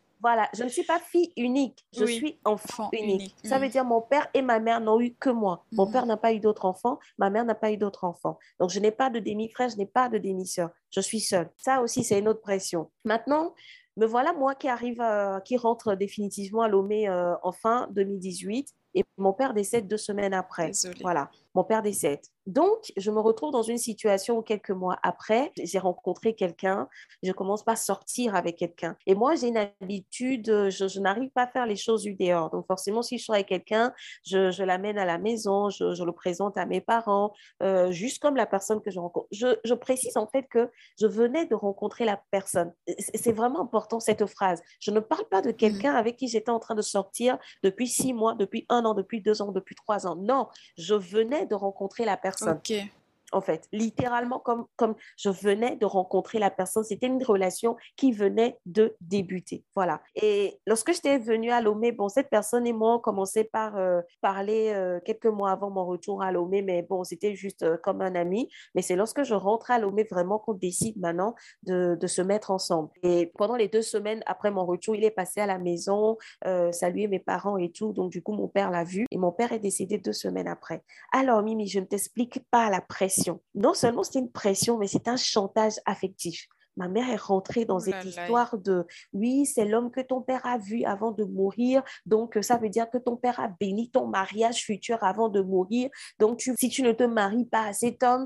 je ne suis pas fille unique. Je Oui, suis enfant enfant unique. unique. Ça Mm. veut dire mon père et ma mère n'ont eu que moi. Mon Mhm. père n'a pas eu d'autres enfants. Ma mère n'a pas eu d'autres enfants. Donc, je n'ai pas de demi-frère, je n'ai pas de demi-sœur. Je suis seule. Ça aussi, c'est une autre pression. Maintenant, me voilà moi qui arrive, qui rentre définitivement à Lomé en fin 2018 et mon père décède 2 semaines après. Désolée. Voilà, mon père décède. Donc, je me retrouve dans une situation où quelques mois après, j'ai rencontré quelqu'un, je commence pas à sortir avec quelqu'un. Et moi, j'ai une habitude, je n'arrive pas à faire les choses du dehors. Donc, forcément, si je suis avec quelqu'un, je l'amène à la maison, je le présente à mes parents, juste comme la personne que je rencontre. Je précise en fait que je venais de rencontrer la personne. C'est vraiment important cette phrase. Je ne parle pas de Mhm. quelqu'un avec qui j'étais en train de sortir depuis 6 mois, depuis un an, depuis 2 ans, depuis 3 ans. Non, je venais de rencontrer la personne. Ok. en fait. Littéralement, comme je venais de rencontrer la personne, c'était une relation qui venait de débuter. Voilà. Et lorsque j'étais venue à Lomé, bon, cette personne et moi, on commençait par parler quelques mois avant mon retour à Lomé, mais bon, c'était juste comme un ami. Mais c'est lorsque je rentre à Lomé vraiment qu'on décide maintenant de se mettre ensemble. Et pendant les 2 semaines après mon retour, il est passé à la maison, saluer mes parents et tout. Donc, du coup, mon père l'a vu et mon père est décédé 2 semaines après. Alors, Mimi, je ne t'explique pas la pression. Non seulement c'est une pression, mais c'est un chantage affectif. Ma mère est rentrée dans Oh cette là là. histoire de oui, c'est l'homme que ton père a vu avant de mourir. Donc, ça veut dire que ton père a béni ton mariage futur avant de mourir. Donc, si tu ne te maries pas à cet homme,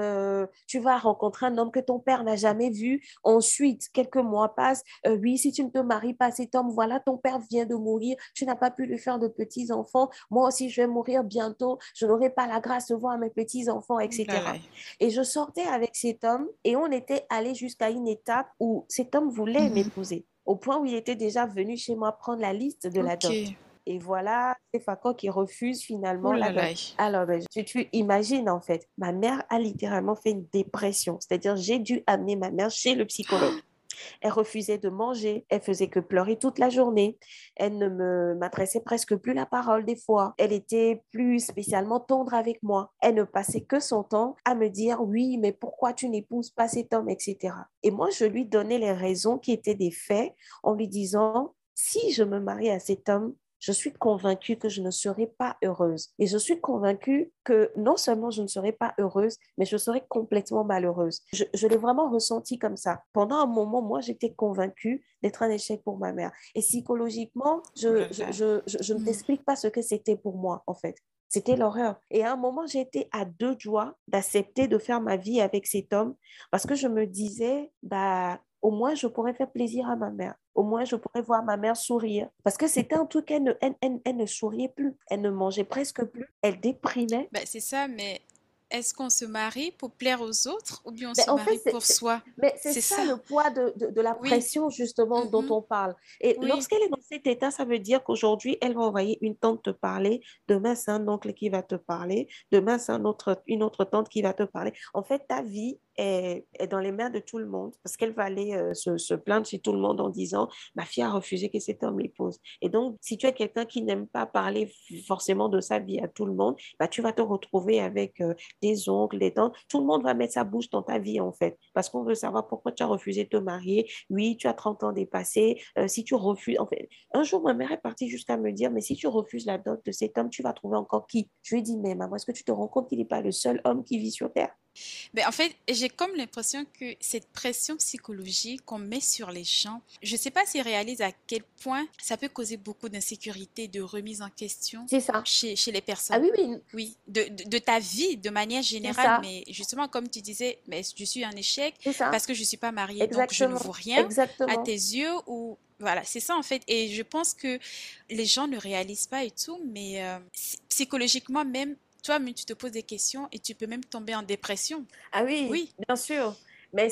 tu vas rencontrer un homme que ton père n'a jamais vu. Ensuite, quelques mois passent. Oui, si tu ne te maries pas à cet homme, voilà, ton père vient de mourir. Tu n'as pas pu lui faire de petits-enfants. Moi aussi, je vais mourir bientôt. Je n'aurai pas la grâce de voir mes petits-enfants, Oh là là. etc. Et je sortais avec cet homme et on était allé jusqu'à une étape où cet homme voulait Mhm. m'épouser, au point où il était déjà venu chez moi prendre la liste de la dot. Ok. Et voilà, c'est Fakon qui refuse Oh finalement la là dot. là. Alors, ben, tu imagines en fait, ma mère a littéralement fait une dépression. C'est-à-dire, j'ai dû amener ma mère chez le psychologue. Elle refusait de manger. Elle faisait que pleurer toute la journée. Elle ne m'adressait presque plus la parole des fois. Elle était plus spécialement tendre avec moi. Elle ne passait que son temps à me dire oui, mais pourquoi tu n'épouses pas cet homme, etc. Et moi, je lui donnais les raisons qui étaient des faits en lui disant si je me marie à cet homme, je suis convaincue que je ne serai pas heureuse. Et je suis convaincue que non seulement je ne serai pas heureuse, mais je serai complètement malheureuse. Je l'ai vraiment ressenti comme ça. Pendant un moment, moi, j'étais convaincue d'être un échec pour ma mère. Et psychologiquement, Oh là là. je ne Mhm. t'explique pas ce que c'était pour moi, en fait. C'était l'horreur. Et à un moment, j'ai été à deux doigts d'accepter de faire ma vie avec cet homme parce que je me disais, bah, au moins, je pourrais faire plaisir à ma mère. Au moins, je pourrais voir ma mère sourire. Parce que c'était un truc, elle ne souriait plus. Elle ne mangeait presque plus. Elle déprimait. Bah, c'est ça, mais est-ce qu'on se marie pour plaire aux autres ou bien on Mais se en fait, marie pour soi? mais c'est C'est ça. ça le poids de la Oui. pression, justement, dont Mhm. on parle. Et Oui. lorsqu'elle est dans cet état, ça veut dire qu'aujourd'hui, elle va envoyer une tante te parler. Demain, c'est un oncle qui va te parler. Demain, c'est une autre tante qui va te parler. En fait, ta vie est dans les mains de tout le monde parce qu'elle va aller se plaindre chez tout le monde en disant, ma fille a refusé que cet homme l'épouse. Et donc, si tu es quelqu'un qui n'aime pas parler forcément de sa vie à tout le monde, bah, tu vas te retrouver avec des oncles, des tantes. Tout le monde va mettre sa bouche dans ta vie, en fait, parce qu'on veut savoir pourquoi tu as refusé de te marier. Oui, tu as 30 ans dépassés. Si tu refuses, en fait, un jour, ma mère est partie jusqu'à me dire, mais si tu refuses la dot de cet homme, tu vas trouver encore qui? Je lui ai dit, mais maman, est-ce que tu te rends compte qu'il n'est pas le seul homme qui vit sur Terre? Mais en fait, j'ai comme l'impression que cette pression psychologique qu'on met sur les gens, je ne sais pas s'ils réalisent à quel point ça peut causer beaucoup d'insécurité, de remise en question C'est ça. chez les Ah personnes. oui, oui, Oui, de ta vie de manière c'est générale, ça. mais justement, comme tu disais, mais je suis un échec C'est ça. parce que je ne suis pas mariée, donc je ne vaux Exactement. rien à tes Exactement. yeux ou voilà, c'est ça en fait. Et je pense que les gens ne réalisent pas et tout, mais psychologiquement même, toi-même, tu te poses des questions et tu peux même tomber en dépression. Ah oui, Oui, bien sûr. Mais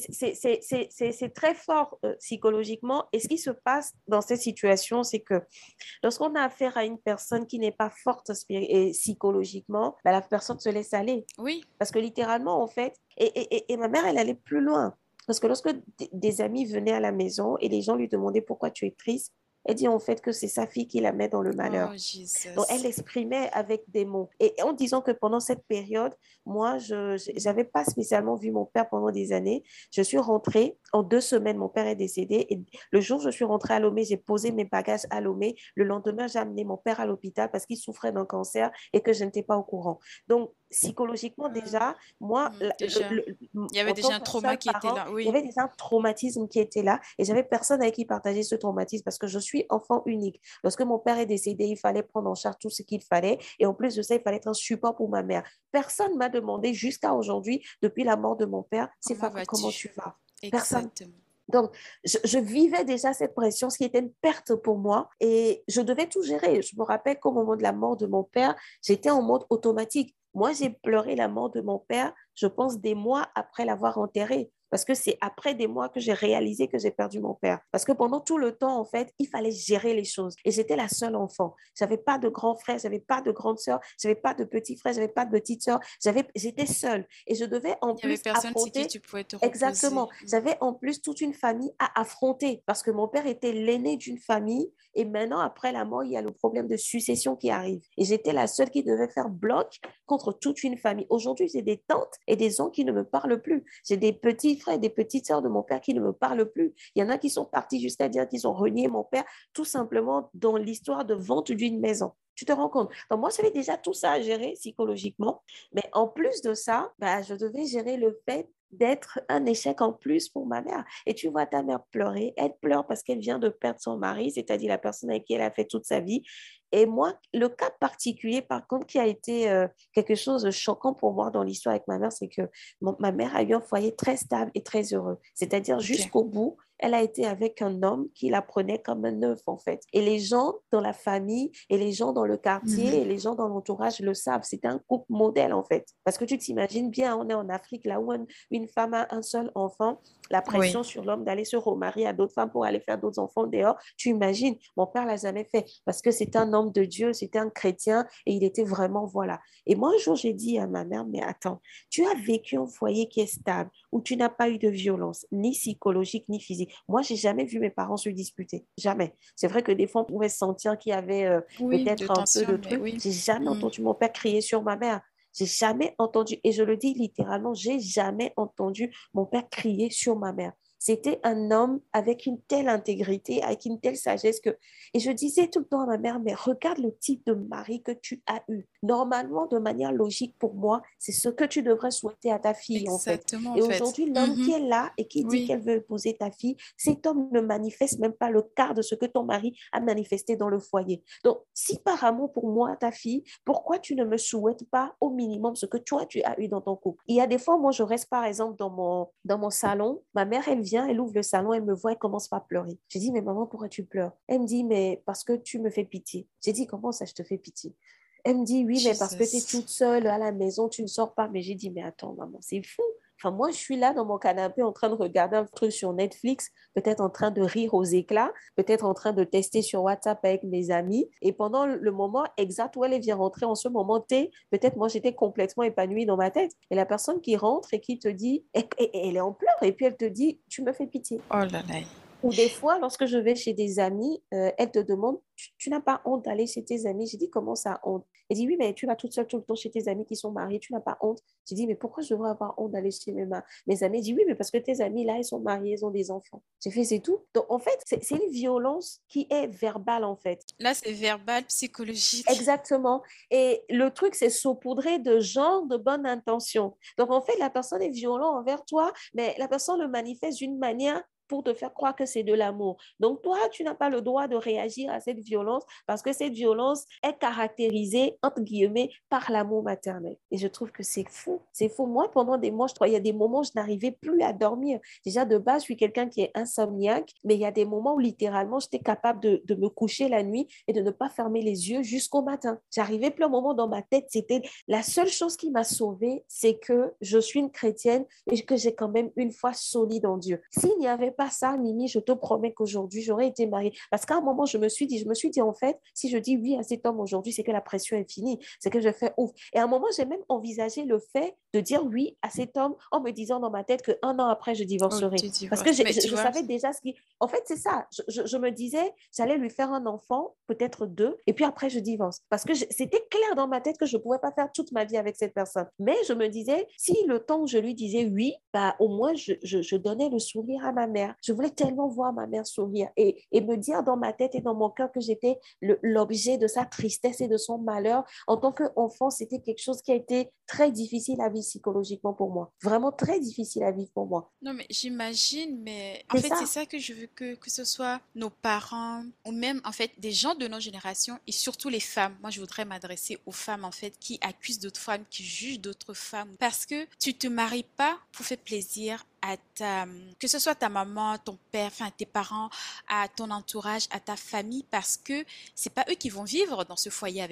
c'est très fort psychologiquement. Et ce qui se passe dans cette situation, c'est que lorsqu'on a affaire à une personne qui n'est pas forte et psychologiquement, ben, la personne se laisse aller. oui. Parce que littéralement, en fait, et ma mère, elle allait plus loin. Parce que lorsque des amis venaient à la maison et les gens lui demandaient pourquoi tu es triste, elle dit en fait que c'est sa fille qui la met dans le Oh, malheur. Donc, elle Jesus. l'exprimait avec des mots. Et en disant que pendant cette période, moi, je n'avais pas spécialement vu mon père pendant des années. Je suis rentrée, en 2 semaines, mon père est décédé. Et le jour où je suis rentrée à Lomé, j'ai posé mes bagages à Lomé. Le lendemain, j'ai amené mon père à l'hôpital parce qu'il souffrait d'un cancer et que je n'étais pas au courant. Donc, psychologiquement, déjà, moi, Déjà, il y avait en tant déjà un que trauma seul qui était parent, là. il y Oui. avait déjà un traumatisme qui était là et j'avais personne avec qui partager ce traumatisme parce que je suis enfant unique. Lorsque mon père est décédé, il fallait prendre en charge tout ce qu'il fallait. Et en plus de ça, il fallait être un support pour ma mère. Personne ne m'a demandé jusqu'à aujourd'hui, depuis la mort de mon père, c'est Comment Fatou, comment vas-tu? tu vas? Personne. Exactement. Donc, je vivais déjà cette pression, ce qui était une perte pour moi, et je devais tout gérer. Je me rappelle qu'au moment de la mort de mon père, j'étais en mode automatique. Moi, j'ai pleuré la mort de mon père, je pense, des mois après l'avoir enterré. Parce que c'est après des mois que j'ai réalisé que j'ai perdu mon père. Parce que pendant tout le temps, en fait, il fallait gérer les choses. Et j'étais la seule enfant. J'avais pas de grand frère, j'avais pas de grande sœur, j'avais pas de petit frère, j'avais pas de petite sœur. J'étais seule. Et je devais en Il y avait plus personne sur qui affronter. tu pouvais te Exactement. reposer. J'avais en plus toute une famille à affronter parce que mon père était l'aîné d'une famille et maintenant, après la mort, il y a le problème de succession qui arrive. Et j'étais la seule qui devait faire bloc contre toute une famille. Aujourd'hui, j'ai des tantes et des oncles qui ne me parlent plus. J'ai des petits frères et des petites sœurs de mon père qui ne me parlent plus. Il y en a qui sont partis jusqu'à dire qu'ils ont renié mon père tout simplement dans l'histoire de vente d'une maison. Tu te rends compte? Donc, moi, j'avais déjà tout ça à gérer psychologiquement. Mais en plus de ça, bah, je devais gérer le fait d'être un échec en plus pour ma mère. Et tu vois ta mère pleurer, elle pleure parce qu'elle vient de perdre son mari, c'est-à-dire la personne avec qui elle a fait toute sa vie. Et moi, le cas particulier, par contre, qui a été quelque chose de choquant pour moi dans l'histoire avec ma mère, c'est que ma mère a eu un foyer très stable et très heureux. C'est-à-dire Ok. jusqu'au bout, elle a été avec un homme qui la prenait comme un œuf, en fait. Et les gens dans la famille, et les gens dans le quartier, et Mhm. les gens dans l'entourage le savent. C'est un couple modèle, en fait. Parce que tu t'imagines bien, on est en Afrique, là où une femme a un seul enfant, la Oui. pression sur l'homme d'aller se remarier à d'autres femmes pour aller faire d'autres enfants dehors. Tu imagines, mon père l'a jamais fait parce que c'était un homme de Dieu, c'était un chrétien et il était vraiment, voilà. Et moi, un jour, j'ai dit à ma mère, mais attends, tu as vécu un foyer qui est stable, où tu n'as pas eu de violence, ni psychologique, ni physique. Moi, j'ai jamais vu mes parents se disputer. Jamais. C'est vrai que des fois, on pouvait sentir qu'il y avait Oui, de peut-être un peu tension, de mais trucs. oui. J'ai jamais Mhm. entendu mon père crier sur ma mère. J'ai jamais entendu, et je le dis littéralement, j'ai jamais entendu mon père crier sur ma mère. C'était un homme avec une telle intégrité, avec une telle sagesse que... Et je disais tout le temps à ma mère, mais regarde le type de mari que tu as eu. Normalement, de manière logique pour moi, c'est ce que tu devrais souhaiter à ta fille, en fait. Exactement, en Et fait. aujourd'hui, l'homme qui Mhm. est là et qui dit Oui. qu'elle veut épouser ta fille, cet homme ne manifeste même pas le quart de ce que ton mari a manifesté dans le foyer. Donc, si par amour pour moi, ta fille, pourquoi tu ne me souhaites pas au minimum ce que toi, tu as eu dans ton couple? Il y a des fois, moi, je reste par exemple dans mon salon. Ma mère, elle vient, elle ouvre le salon, elle me voit, elle commence par pleurer. Je dis, mais maman, pourquoi tu pleures? Elle me dit, mais parce que tu me fais pitié. J'ai dit, comment ça, je te fais pitié? Elle me dit, oui, mais parce que tu es Jesus. toute seule à la maison, tu ne sors pas. Mais j'ai dit, mais attends, maman, c'est fou. Enfin, moi, je suis là dans mon canapé en train de regarder un truc sur Netflix, peut-être en train de rire aux éclats, peut-être en train de tester sur WhatsApp avec mes amis. Et pendant le moment exact où elle vient rentrer en ce moment T, peut-être moi, j'étais complètement épanouie dans ma tête. Et la personne qui rentre et qui te dit, elle est en pleurs, et puis elle te dit, tu me fais pitié. Oh là là. Ou des fois, lorsque je vais chez des amis, elles te demandent, tu n'as pas honte d'aller chez tes amis? J'ai dit, comment ça, honte? Elle dit, oui, mais tu vas toute seule tout le temps chez tes amis qui sont mariés, tu n'as pas honte? J'ai dit, mais pourquoi je devrais avoir honte d'aller chez mes amis? Elle dit, oui, mais parce que tes amis, là, ils sont mariés, ils ont des enfants. J'ai fait, c'est tout. Donc, en fait, c'est une violence qui est verbale, en fait. Là, c'est verbal, psychologique. Exactement. Et le truc, c'est saupoudré de genre de bonne intention. Donc, en fait, la personne est violente envers toi, mais la personne le manifeste d'une manière pour te faire croire que c'est de l'amour. Donc, toi, tu n'as pas le droit de réagir à cette violence parce que cette violence est caractérisée, entre guillemets, par l'amour maternel. Et je trouve que c'est fou. C'est fou. Moi, pendant des mois, je crois, il y a des moments où je n'arrivais plus à dormir. Déjà, de base, je suis quelqu'un qui est insomniaque, mais il y a des moments où littéralement, j'étais capable de me coucher la nuit et de ne pas fermer les yeux jusqu'au matin. J'arrivais plus un moment dans ma tête, c'était la seule chose qui m'a sauvée, c'est que je suis une chrétienne et que j'ai quand même une foi solide en Dieu. S'il n'y avait pas ça, Mimi, je te promets qu'aujourd'hui, j'aurais été mariée. Parce qu'à un moment, je me suis dit, en fait, si je dis oui à cet homme aujourd'hui, c'est que la pression est finie, c'est que je fais ouf. Et à un moment, j'ai même envisagé le fait de dire oui à cet homme en me disant dans ma tête qu'un an après, je Oh, divorcerai. tu Parce que divorces. Mais tu je vois, savais déjà ce qui... En fait, c'est ça. Je me disais, j'allais lui faire un enfant, peut-être deux, et puis après, je divorce. Parce que c'était clair dans ma tête que je ne pouvais pas faire toute ma vie avec cette personne. Mais je me disais, si le temps où je lui disais oui, bah, au moins, je donnais le sourire à ma mère. Je voulais tellement voir ma mère sourire et me dire dans ma tête et dans mon cœur que j'étais l'objet de sa tristesse et de son malheur. En tant qu'enfant, c'était quelque chose qui a été très difficile à vivre psychologiquement pour moi. Vraiment très difficile à vivre pour moi. non, mais j'imagine, mais en C'est fait, c'est ça. ça que je veux que ce soit nos parents ou même, en fait, des gens de notre génération et surtout les femmes. Moi, je voudrais m'adresser aux femmes, en fait, qui accusent d'autres femmes, qui jugent d'autres femmes. Parce que tu te maries pas pour faire plaisir à que ce soit ta maman, ton père, enfin, tes parents, à ton entourage, à ta famille, parce que c'est pas eux qui vont vivre dans ce foyer avec toi.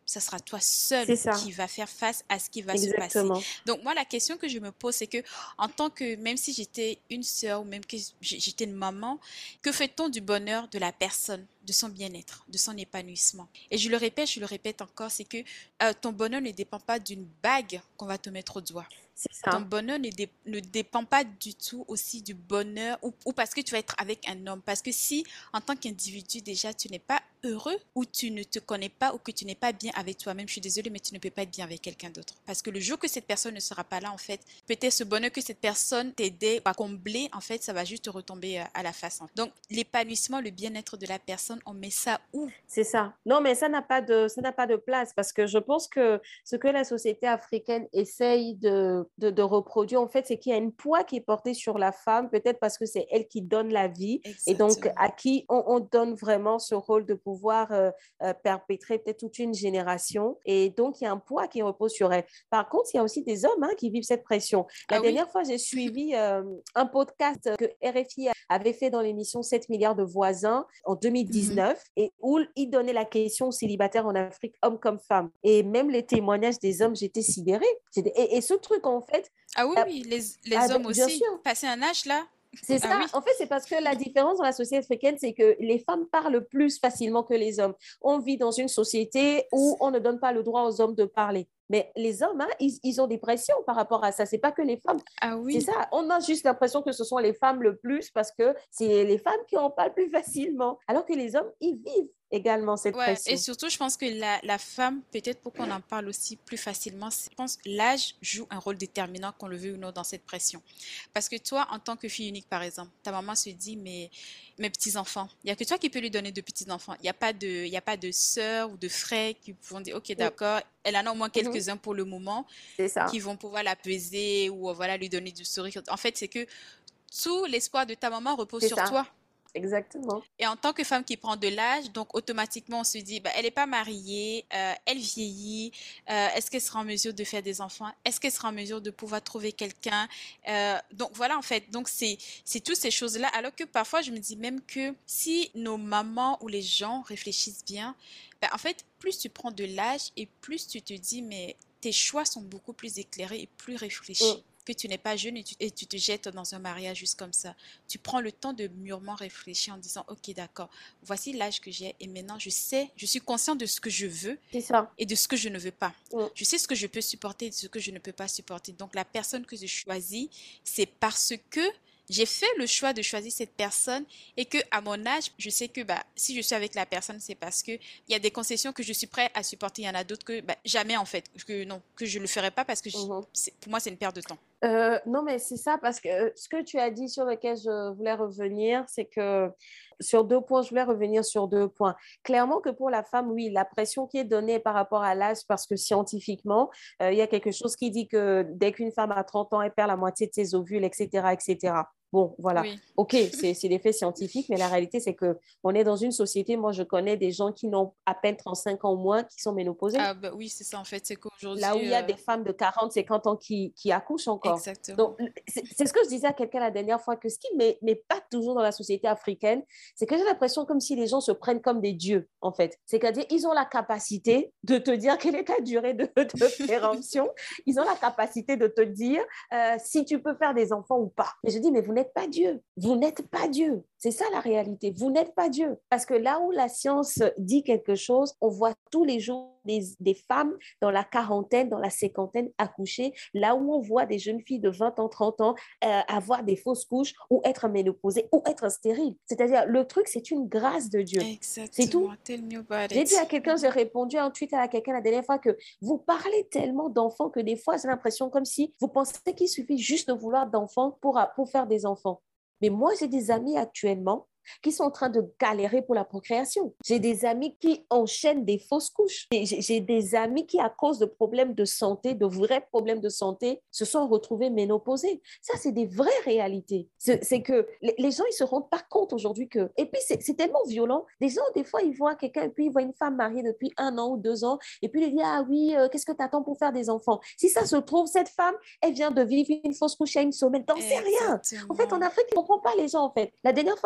ça sera toi seul C'est ça, qui va faire face à ce qui va se passer. exactement. Donc moi, la question que je me pose, c'est que en tant que, même si j'étais une sœur ou même que j'étais une maman, que fait-on du bonheur de la personne, de son bien-être, de son épanouissement? Et je le répète encore, c'est que ton bonheur ne dépend pas d'une bague qu'on va te mettre au doigt. C'est Ton ça. bonheur ne dépend pas du tout aussi du bonheur ou parce que tu vas être avec un homme. Parce que si, en tant qu'individu, déjà, tu n'es pas heureux ou tu ne te connais pas ou que tu n'es pas bien avec toi-même, je suis désolée, mais tu ne peux pas être bien avec quelqu'un d'autre. Parce que le jour que cette personne ne sera pas là, en fait, peut-être ce bonheur que cette personne t'aidait à combler, en fait, ça va juste te retomber à la face. Donc, l'épanouissement, le bien-être de la personne, on met ça où? C'est ça. Non, mais ça n'a pas de place parce que je pense que ce que la société africaine essaye de reproduire, en fait, c'est qu'il y a une poids qui est portée sur la femme, peut-être parce que c'est elle qui donne la vie et donc Exactement. à qui on donne vraiment ce rôle de pouvoir perpétrer peut-être toute une génération. Et donc, il y a un poids qui repose sur elle. Par contre, il y a aussi des hommes qui vivent cette pression. La Ah oui? dernière fois, j'ai suivi un podcast que RFI avait fait dans l'émission 7 milliards de voisins en Mhm. 2019 et où il donnait la question aux célibataires en Afrique, hommes comme femmes. Et même les témoignages des hommes, j'étais sidérée. Et ce truc, en fait, Ah oui, euh, oui, les hommes bien aussi. sûr, Passer un âge là? c'est Ah ça. oui. En fait, c'est parce que la différence dans la société africaine, c'est que les femmes parlent plus facilement que les hommes. On vit dans une société où on ne donne pas le droit aux hommes de parler. Mais les hommes, ils ont des pressions par rapport à ça. C'est pas que les femmes. Ah C'est oui. ça. On a juste l'impression que ce sont les femmes le plus parce que c'est les femmes qui en parlent plus facilement. Alors que les hommes, ils vivent également cette Ouais, et pression. surtout, je pense que la femme, peut-être pour qu'on en parle aussi plus facilement, je pense que l'âge joue un rôle déterminant, qu'on le veuille ou non, dans cette pression. Parce que toi, en tant que fille unique, par exemple, ta maman se dit, mais mes petits-enfants, il n'y a que toi qui peux lui donner de petits-enfants. Il y a pas de sœurs ou de frères qui vont dire, OK, Mm d'accord, elle en a au moins -hmm. quelques-uns pour le moment, C'est ça. qui vont pouvoir la peser ou voilà, lui donner du sourire. En fait, c'est que tout l'espoir de ta maman repose C'est sur ça. toi. Exactement. Et en tant que femme qui prend de l'âge, donc automatiquement on se dit, bah, elle n'est pas mariée, elle vieillit, est-ce qu'elle sera en mesure de faire des enfants? Est-ce qu'elle sera en mesure de pouvoir trouver quelqu'un? Donc voilà en fait, donc c'est toutes ces choses-là. Alors que parfois je me dis même que si nos mamans ou les gens réfléchissent bien, bah, en fait plus tu prends de l'âge et plus tu te dis, mais tes choix sont beaucoup plus éclairés et plus Mm. réfléchis. Que tu n'es pas jeune et tu te jettes dans un mariage juste comme ça. Tu prends le temps de mûrement réfléchir en disant, OK, d'accord, voici l'âge que j'ai et maintenant je sais, je suis conscient de ce que je veux C'est ça. et de ce que je ne veux pas. Mm. Je sais ce que je peux supporter et ce que je ne peux pas supporter. Donc la personne que je choisis, c'est parce que j'ai fait le choix de choisir cette personne et que à mon âge, je sais que bah, si je suis avec la personne, c'est parce que il y a des concessions que je suis prêt à supporter. Il y en a d'autres que bah, jamais en fait, que non, que je le ferai pas parce que Mhm. pour moi c'est une perte de temps. Non, mais c'est ça, parce que ce que tu as dit sur lequel je voulais revenir, c'est que sur deux points, je voulais revenir sur deux points. Clairement que pour la femme, oui, la pression qui est donnée par rapport à l'âge, parce que scientifiquement, il y a quelque chose qui dit que dès qu'une femme a 30 ans, elle perd la moitié de ses ovules, etc., etc. Bon, voilà. Oui. OK, c'est des faits scientifiques, mais la réalité, c'est que on est dans une société, moi, je connais des gens qui n'ont à peine 35 ans ou moins, qui sont ménopausés. Ah bah oui, c'est ça en fait, c'est Là où qu'aujourd'hui, il y a des femmes de 40, 50 ans qui accouchent encore. exactement. Donc, c'est ce que je disais à quelqu'un la dernière fois, que ce qui pas toujours dans la société africaine, c'est que j'ai l'impression comme si les gens se prennent comme des dieux, en fait. C'est-à-dire, ils ont la capacité de te dire quelle est ta durée de péremption. Ils ont la capacité de te dire si tu peux faire des enfants ou pas. Et je dis, mais vous n'êtes pas Dieu. Vous n'êtes pas Dieu. C'est ça la réalité. Vous n'êtes pas Dieu. Parce que là où la science dit quelque chose, on voit tous les jours des femmes dans la quarantaine, dans la cinquantaine accoucher, là où on voit des jeunes filles de 20 ans, 30 ans avoir des fausses couches ou être ménopausées ou être stériles. C'est-à-dire, le truc, c'est une grâce de Dieu. C'est tout. Exactement. Tell me about J'ai dit à it. quelqu'un, j'ai répondu à un tweet à quelqu'un la dernière fois que vous parlez tellement d'enfants que des fois, j'ai l'impression comme si vous pensez qu'il suffit juste de vouloir d'enfants pour faire des enfants. Mais moi, j'ai des amis actuellement qui sont en train de galérer pour la procréation. J'ai des amis qui enchaînent des fausses couches. J'ai des amis qui, à cause de problèmes de santé, de vrais problèmes de santé, se sont retrouvés ménopausés. Ça, c'est des vraies réalités. C'est que les gens, ils se rendent pas compte aujourd'hui que... Et puis, c'est tellement violent. Des gens, des fois, ils voient quelqu'un et puis ils voient une femme mariée depuis 1 an ou 2 ans et puis ils disent, ah oui, qu'est-ce que tu attends pour faire des enfants? Si ça se trouve, cette femme, elle vient de vivre une fausse couche il y a une semaine. T'en sais rien. En fait, en Exactement. Afrique, on ne comprend pas les gens, en fait. La dernière fois, j'ai lu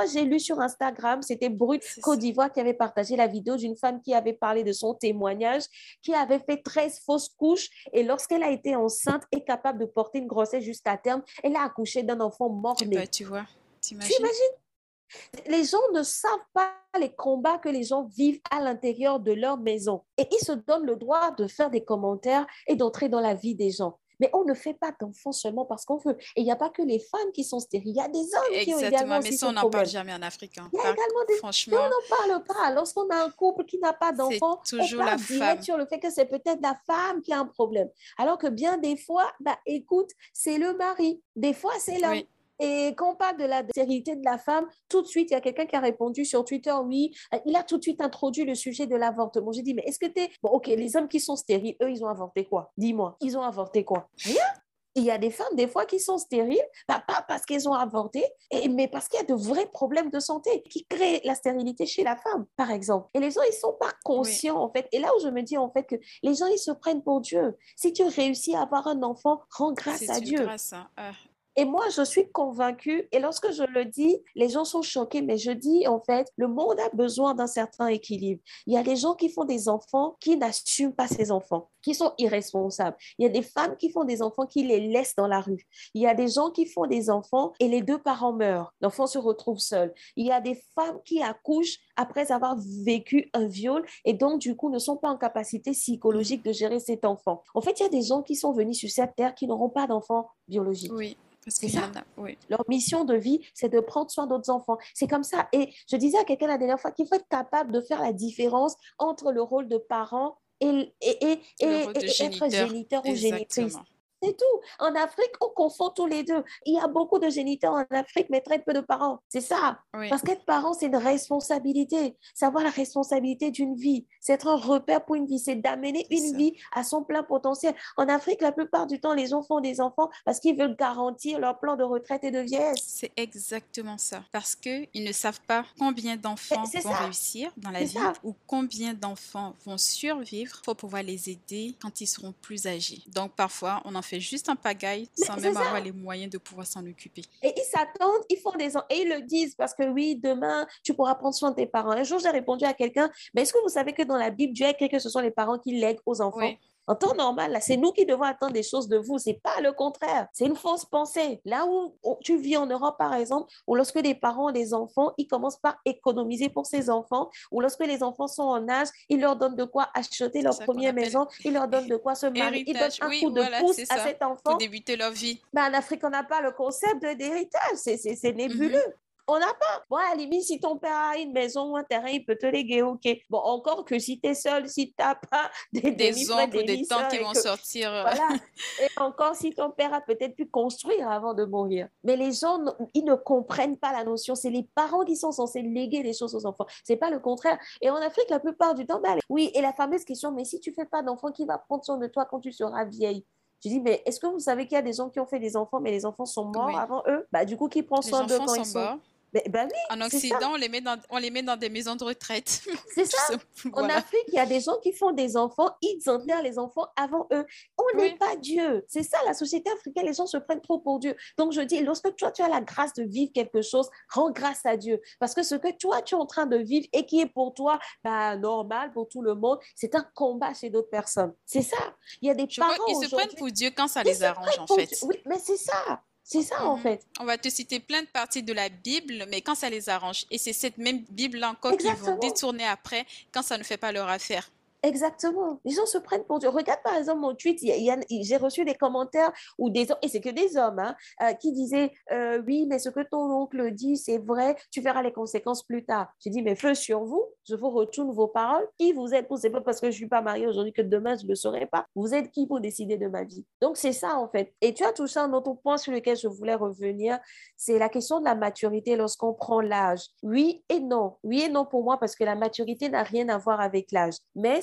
sur Instagram, c'était Brut C'est Côte ça. d'Ivoire qui avait partagé la vidéo d'une femme qui avait parlé de son témoignage, qui avait fait 13 fausses couches et lorsqu'elle a été enceinte et capable de porter une grossesse jusqu'à terme, elle a accouché d'un enfant Et bah, mort-né. tu vois, Tu t'imagines? imagines? Les gens ne savent pas les combats que les gens vivent à l'intérieur de leur maison. Et ils se donnent le droit de faire des commentaires et d'entrer dans la vie des gens. Mais on ne fait pas d'enfants seulement parce qu'on veut. Et il n'y a pas que les femmes qui sont stériles. Il y a des hommes qui ont également Exactement, mais aussi ce ça, on n'en parle problème. jamais en Afrique, hein. Il y a également des... Mais on Franchement, n'en parle pas. Lorsqu'on a un couple qui n'a pas c'est d'enfants, on toujours la part direct femme. sur le fait que c'est peut-être la femme qui a un problème. Alors que bien des fois, bah, écoute, c'est le mari. Des fois, c'est l'homme. Oui, Et quand on parle de la stérilité de la femme, tout de suite, il y a quelqu'un qui a répondu sur Twitter, oui, il a tout de suite introduit le sujet de l'avortement. J'ai dit, mais est-ce que tu es... Bon, ok, les hommes qui sont stériles, eux, ils ont avorté quoi? Dis-moi, ils ont avorté quoi? Rien. Il y a des femmes, des fois, qui sont stériles, bah, pas parce qu'elles ont avorté, mais parce qu'il y a de vrais problèmes de santé qui créent la stérilité chez la femme, par exemple. Et les gens, ils ne sont pas oui, conscients, en fait. Et là où je me dis, en fait, que les gens, ils se prennent pour Dieu. Si tu réussis à avoir un enfant, rends grâce à c'est une Dieu. grâce, hein. Ah, Et moi, je suis convaincue, et lorsque je le dis, les gens sont choqués, mais je dis, en fait, le monde a besoin d'un certain équilibre. Il y a des gens qui font des enfants qui n'assument pas ces enfants, qui sont irresponsables. Il y a des femmes qui font des enfants qui les laissent dans la rue. Il y a des gens qui font des enfants et les deux parents meurent. L'enfant se retrouve seul. Il y a des femmes qui accouchent après avoir vécu un viol et donc, du coup, ne sont pas en capacité psychologique de gérer cet enfant. En fait, il y a des gens qui sont venus sur cette terre qui n'auront pas d'enfants biologiques. oui, parce C'est qu'il y ça. en a, oui, Leur mission de vie, c'est de prendre soin d'autres enfants. C'est comme ça. Et je disais à quelqu'un la dernière fois qu'il faut être capable de faire la différence entre le rôle de parent le rôle de et être géniteur, géniteur ou génitrice. exactement. C'est tout. En Afrique, on confond tous les deux. Il y a beaucoup de géniteurs en Afrique, mais très peu de parents. C'est ça. Oui, Parce qu'être parent, c'est une responsabilité. Savoir la responsabilité d'une vie. C'est être un repère pour une vie. C'est d'amener c'est une ça. vie à son plein potentiel. En Afrique, la plupart du temps, les gens font des enfants parce qu'ils veulent garantir leur plan de retraite et de vieillesse. C'est exactement ça. Parce qu'ils ne savent pas combien d'enfants C'est vont ça. réussir dans la C'est vie ça. ou combien d'enfants vont survivre pour pouvoir les aider quand ils seront plus âgés. Donc parfois, on en fait juste un pagaille Mais sans c'est même avoir ça. les moyens de pouvoir s'en occuper. Et ils s'attendent, ils font des... Et ils le disent parce que oui, demain, tu pourras prendre soin de tes parents. Un jour, j'ai répondu à quelqu'un, mais est-ce que vous savez que dans la Bible, Dieu a écrit que ce sont les parents qui lèguent aux enfants? Oui, En temps normal, là, c'est nous qui devons attendre des choses de vous. C'est pas le contraire. C'est une fausse pensée. Là où tu vis en Europe, par exemple, où lorsque les parents ont des enfants, ils commencent par économiser pour ces enfants, ou lorsque les enfants sont en âge, ils leur donnent de quoi acheter c'est leur ça qu'on première appelle maison, ils leur donnent de quoi se marier, ils donnent héritage. un Oui, coup de voilà, pouce c'est à ça. cet Pour enfant. débuter leur vie. Mais en Afrique, on n'a pas le concept d'héritage. C'est nébuleux. Mhm. On n'a pas. Bon, à la limite, si ton père a une maison ou un terrain, il peut te léguer, ok. Bon, encore que si tu es seul, si tu n'as pas des Des demi-frères, oncles ou des tantes demi-sœurs qui et vont que, sortir. voilà. Et encore si ton père a peut-être pu construire avant de mourir. Mais les gens, ils ne comprennent pas la notion. C'est les parents qui sont censés léguer les choses aux enfants. C'est pas le contraire. Et en Afrique, la plupart du temps, bah, oui, et la fameuse question, mais si tu fais pas d'enfant, qui va prendre soin de toi quand tu seras vieille? Je dis, mais est-ce que vous savez qu'il y a des gens qui ont fait des enfants, mais les enfants sont morts Oui, avant eux? Bah, du coup, qui prend les soin d'eux enfants quand sont ils sont... morts. Mais, bah oui, En c'est ça. Occident, on les met dans des maisons de retraite. C'est ça. En Voilà. Afrique, il y a des gens qui font des enfants, ils enterrent les enfants avant eux. On n'est Oui, pas Dieu. C'est ça, la société africaine, les gens se prennent trop pour Dieu. Donc, je dis, lorsque toi, tu as la grâce de vivre quelque chose, rends grâce à Dieu. Parce que ce que toi, tu es en train de vivre et qui est pour toi bah, normal pour tout le monde, c'est un combat chez d'autres personnes. C'est ça. Il y a des je crois parents qu'ils se prennent aujourd'hui pour Dieu quand ça qui les se arrange, prennent en pour Dieu. fait. Oui, mais c'est ça. C'est ça, en Mhm. fait. On va te citer plein de parties de la Bible, mais quand ça les arrange. Et c'est cette même Bible-là encore qu'ils vont Exactement. détourner après quand ça ne fait pas leur affaire. Exactement. Les gens se prennent pour Dieu. Regarde par exemple mon tweet, j'ai reçu des commentaires ou des hommes, et c'est que des hommes, hein, qui disaient oui, mais ce que ton oncle dit, c'est vrai, tu verras les conséquences plus tard. J'ai dit, mais feu sur vous, je vous retourne vos paroles. Qui vous êtes pour? C'est pas parce que je suis pas mariée aujourd'hui que demain je ne le serai pas. Vous êtes qui pour décider de ma vie? Donc c'est ça en fait. Et tu as touché un autre point sur lequel je voulais revenir, c'est la question de la maturité lorsqu'on prend l'âge. Oui et non. Oui et non pour moi parce que la maturité n'a rien à voir avec l'âge. Mais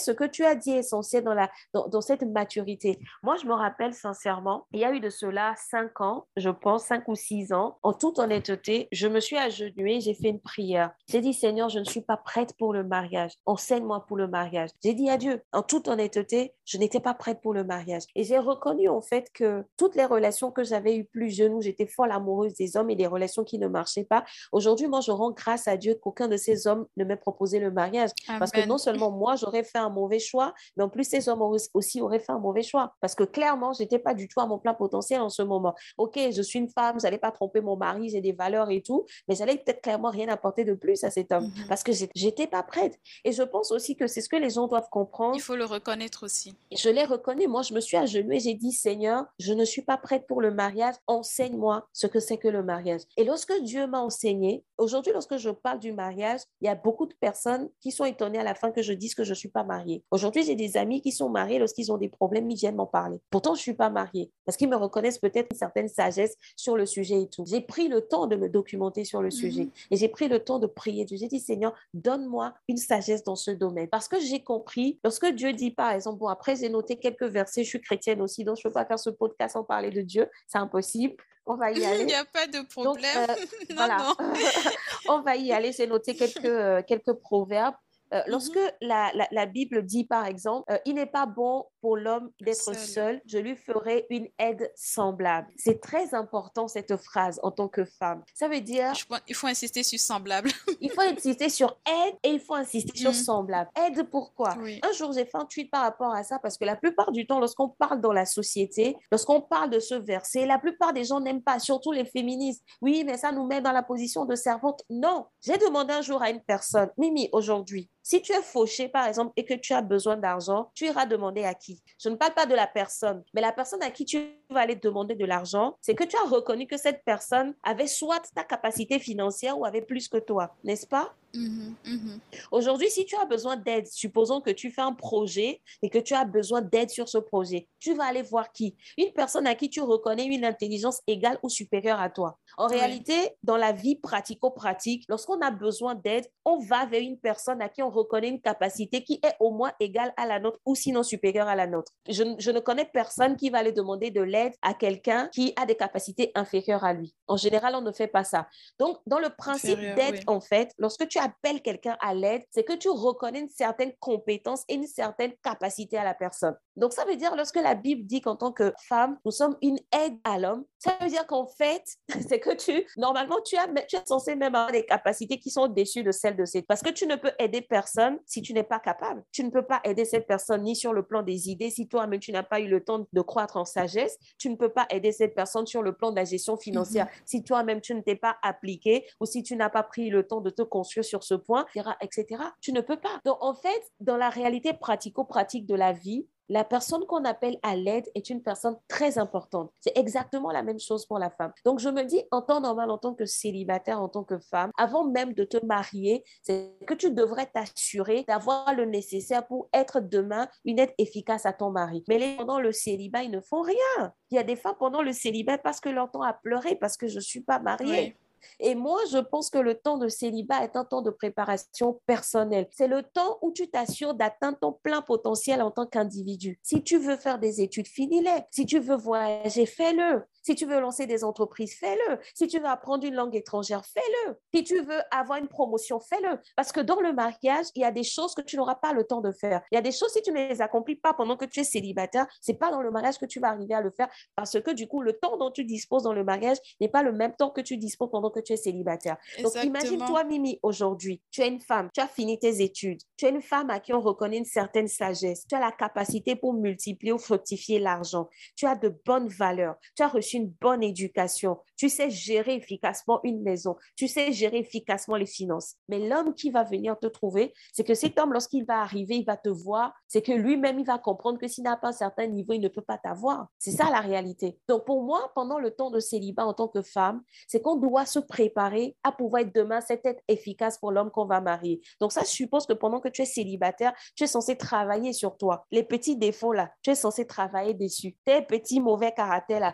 ce que tu as dit est essentiel dans cette maturité. Moi, je me rappelle sincèrement, il y a eu de cela 5 ans, je pense, 5 ou 6 ans, en toute honnêteté, je me suis agenouillée, j'ai fait une prière. J'ai dit, Seigneur, je ne suis pas prête pour le mariage. Enseigne-moi pour le mariage. J'ai dit à Dieu, en toute honnêteté, je n'étais pas prête pour le mariage. Et j'ai reconnu en fait que toutes les relations que j'avais eues plus jeune, où j'étais folle amoureuse des hommes et des relations qui ne marchaient pas, aujourd'hui, moi, je rends grâce à Dieu qu'aucun de ces hommes ne m'ait proposé le mariage. Parce que non Amen. seulement moi, j'aurais fait un mauvais choix, mais en plus, ces hommes aussi auraient fait un mauvais choix. Parce que clairement, je n'étais pas du tout à mon plein potentiel en ce moment. OK, je suis une femme, je n'allais pas tromper mon mari, j'ai des valeurs et tout, mais j'allais peut-être clairement rien apporter de plus à cet homme Mhm. parce que j'étais pas prête. Et je pense aussi que c'est ce que les gens doivent Il comprendre. faut le reconnaître aussi. Je les reconnais. Moi, je me suis agenouillée, j'ai dit, Seigneur, je ne suis pas prête pour le mariage. Enseigne-moi ce que c'est que le mariage. Et lorsque Dieu m'a enseigné, aujourd'hui, lorsque je parle du mariage, il y a beaucoup de personnes qui sont étonnées à la fin que je dise que je ne suis pas mariée. Aujourd'hui, j'ai des amis qui sont mariés. Lorsqu'ils ont des problèmes, ils viennent m'en parler. Pourtant, je ne suis pas mariée parce qu'ils me reconnaissent peut-être une certaine sagesse sur le sujet et tout. J'ai pris le temps de me documenter sur le sujet Mhm. et j'ai pris le temps de prier Dieu. J'ai dit, Seigneur, donne-moi une sagesse dans ce domaine. Parce que j'ai compris, lorsque Dieu dit, par exemple, bon, après, j'ai noté quelques versets, je suis chrétienne aussi, donc je ne peux pas faire ce podcast sans parler de Dieu, c'est impossible. On va y Il n'y aller. a pas de Donc, problème. Non, voilà, non. on va y aller. J'ai noté quelques proverbes. Lorsque Mhm. la Bible dit, par exemple, il n'est pas bon pour l'homme d'être Seul. seul, je lui ferai une aide semblable. C'est très important cette phrase en tant que femme. Ça veut dire Je pense, il faut insister sur semblable. il faut insister sur aide et il faut insister sur Mm. semblable. Aide pourquoi? Oui. Un jour, j'ai fait un tweet par rapport à ça parce que la plupart du temps, lorsqu'on parle dans la société, lorsqu'on parle de ce verset, la plupart des gens n'aiment pas, surtout les féministes. Oui, mais ça nous met dans la position de servante. Non. J'ai demandé un jour à une personne, Mimi, aujourd'hui, si tu es fauché, par exemple, et que tu as besoin d'argent, tu iras demander à qui? Je ne parle pas de la personne, mais la personne à qui tu vas aller demander de l'argent, c'est que tu as reconnu que cette personne avait soit ta capacité financière ou avait plus que toi, n'est-ce pas? Mhm. Mhm. Aujourd'hui, si tu as besoin d'aide, supposons que tu fais un projet et que tu as besoin d'aide sur ce projet, tu vas aller voir qui? Une personne à qui tu reconnais une intelligence égale ou supérieure à toi. En Oui. réalité, dans la vie pratico-pratique, lorsqu'on a besoin d'aide, on va vers une personne à qui on reconnaît une capacité qui est au moins égale à la nôtre ou sinon supérieure à la nôtre. Je ne connais personne qui va aller demander de l'aide à quelqu'un qui a des capacités inférieures à lui. En général, on ne fait pas ça. Donc, dans le principe Inférieur, d'aide, oui. en fait, lorsque tu appelles quelqu'un à l'aide, c'est que tu reconnais une certaine compétence et une certaine capacité à la personne. Donc, ça veut dire, lorsque la Bible dit qu'en tant que femme, nous sommes une aide à l'homme, ça veut dire qu'en fait, c'est que normalement, tu es censé même avoir des capacités qui sont au-dessus de celles de cette. Parce que tu ne peux aider personne si tu n'es pas capable. Tu ne peux pas aider cette personne ni sur le plan des idées, si toi-même tu n'as pas eu le temps de croître en sagesse. Tu ne peux pas aider cette personne sur le plan de la gestion financière Mhm. si toi-même tu ne t'es pas appliqué ou si tu n'as pas pris le temps de te construire sur ce point, etc., etc. Tu ne peux pas. Donc, en fait, dans la réalité pratico-pratique de la vie, la personne qu'on appelle à l'aide est une personne très importante. C'est exactement la même chose pour la femme. Donc, je me dis, en temps normal, en tant que célibataire, en tant que femme, avant même de te marier, c'est que tu devrais t'assurer d'avoir le nécessaire pour être demain une aide efficace à ton mari. Mais pendant le célibat, ils ne font rien. Il y a des femmes pendant le célibat parce que leur temps à pleurer parce que je ne suis pas Oui. mariée. Et moi, je pense que le temps de célibat est un temps de préparation personnelle. C'est le temps où tu t'assures d'atteindre ton plein potentiel en tant qu'individu. Si tu veux faire des études, finis-les. Si tu veux voyager, fais-le. Si tu veux lancer des entreprises, fais-le. Si tu veux apprendre une langue étrangère, fais-le. Si tu veux avoir une promotion, fais-le. Parce que dans le mariage, il y a des choses que tu n'auras pas le temps de faire. Il y a des choses, si tu ne les accomplis pas pendant que tu es célibataire, c'est pas dans le mariage que tu vas arriver à le faire parce que du coup, le temps dont tu disposes dans le mariage n'est pas le même temps que tu disposes pendant que tu es célibataire. Donc, Exactement. imagine-toi, Mimi, aujourd'hui, tu es une femme, tu as fini tes études, tu es une femme à qui on reconnaît une certaine sagesse, tu as la capacité pour multiplier ou fructifier l'argent, tu as de bonnes valeurs, tu as reçu une bonne éducation, tu sais gérer efficacement une maison, tu sais gérer efficacement les finances. Mais l'homme qui va venir te trouver, c'est que cet homme, lorsqu'il va arriver, il va te voir, c'est que lui-même, il va comprendre que s'il n'a pas un certain niveau, il ne peut pas t'avoir. C'est ça la réalité. Donc, pour moi, pendant le temps de célibat en tant que femme, c'est qu'on doit se préparer à pouvoir être demain cette aide efficace pour l'homme qu'on va marier. Donc, ça, je suppose que pendant que tu es célibataire, tu es censé travailler sur toi. Les petits défauts, là, tu es censé travailler dessus. Tes petits mauvais caractères, là, tu es censé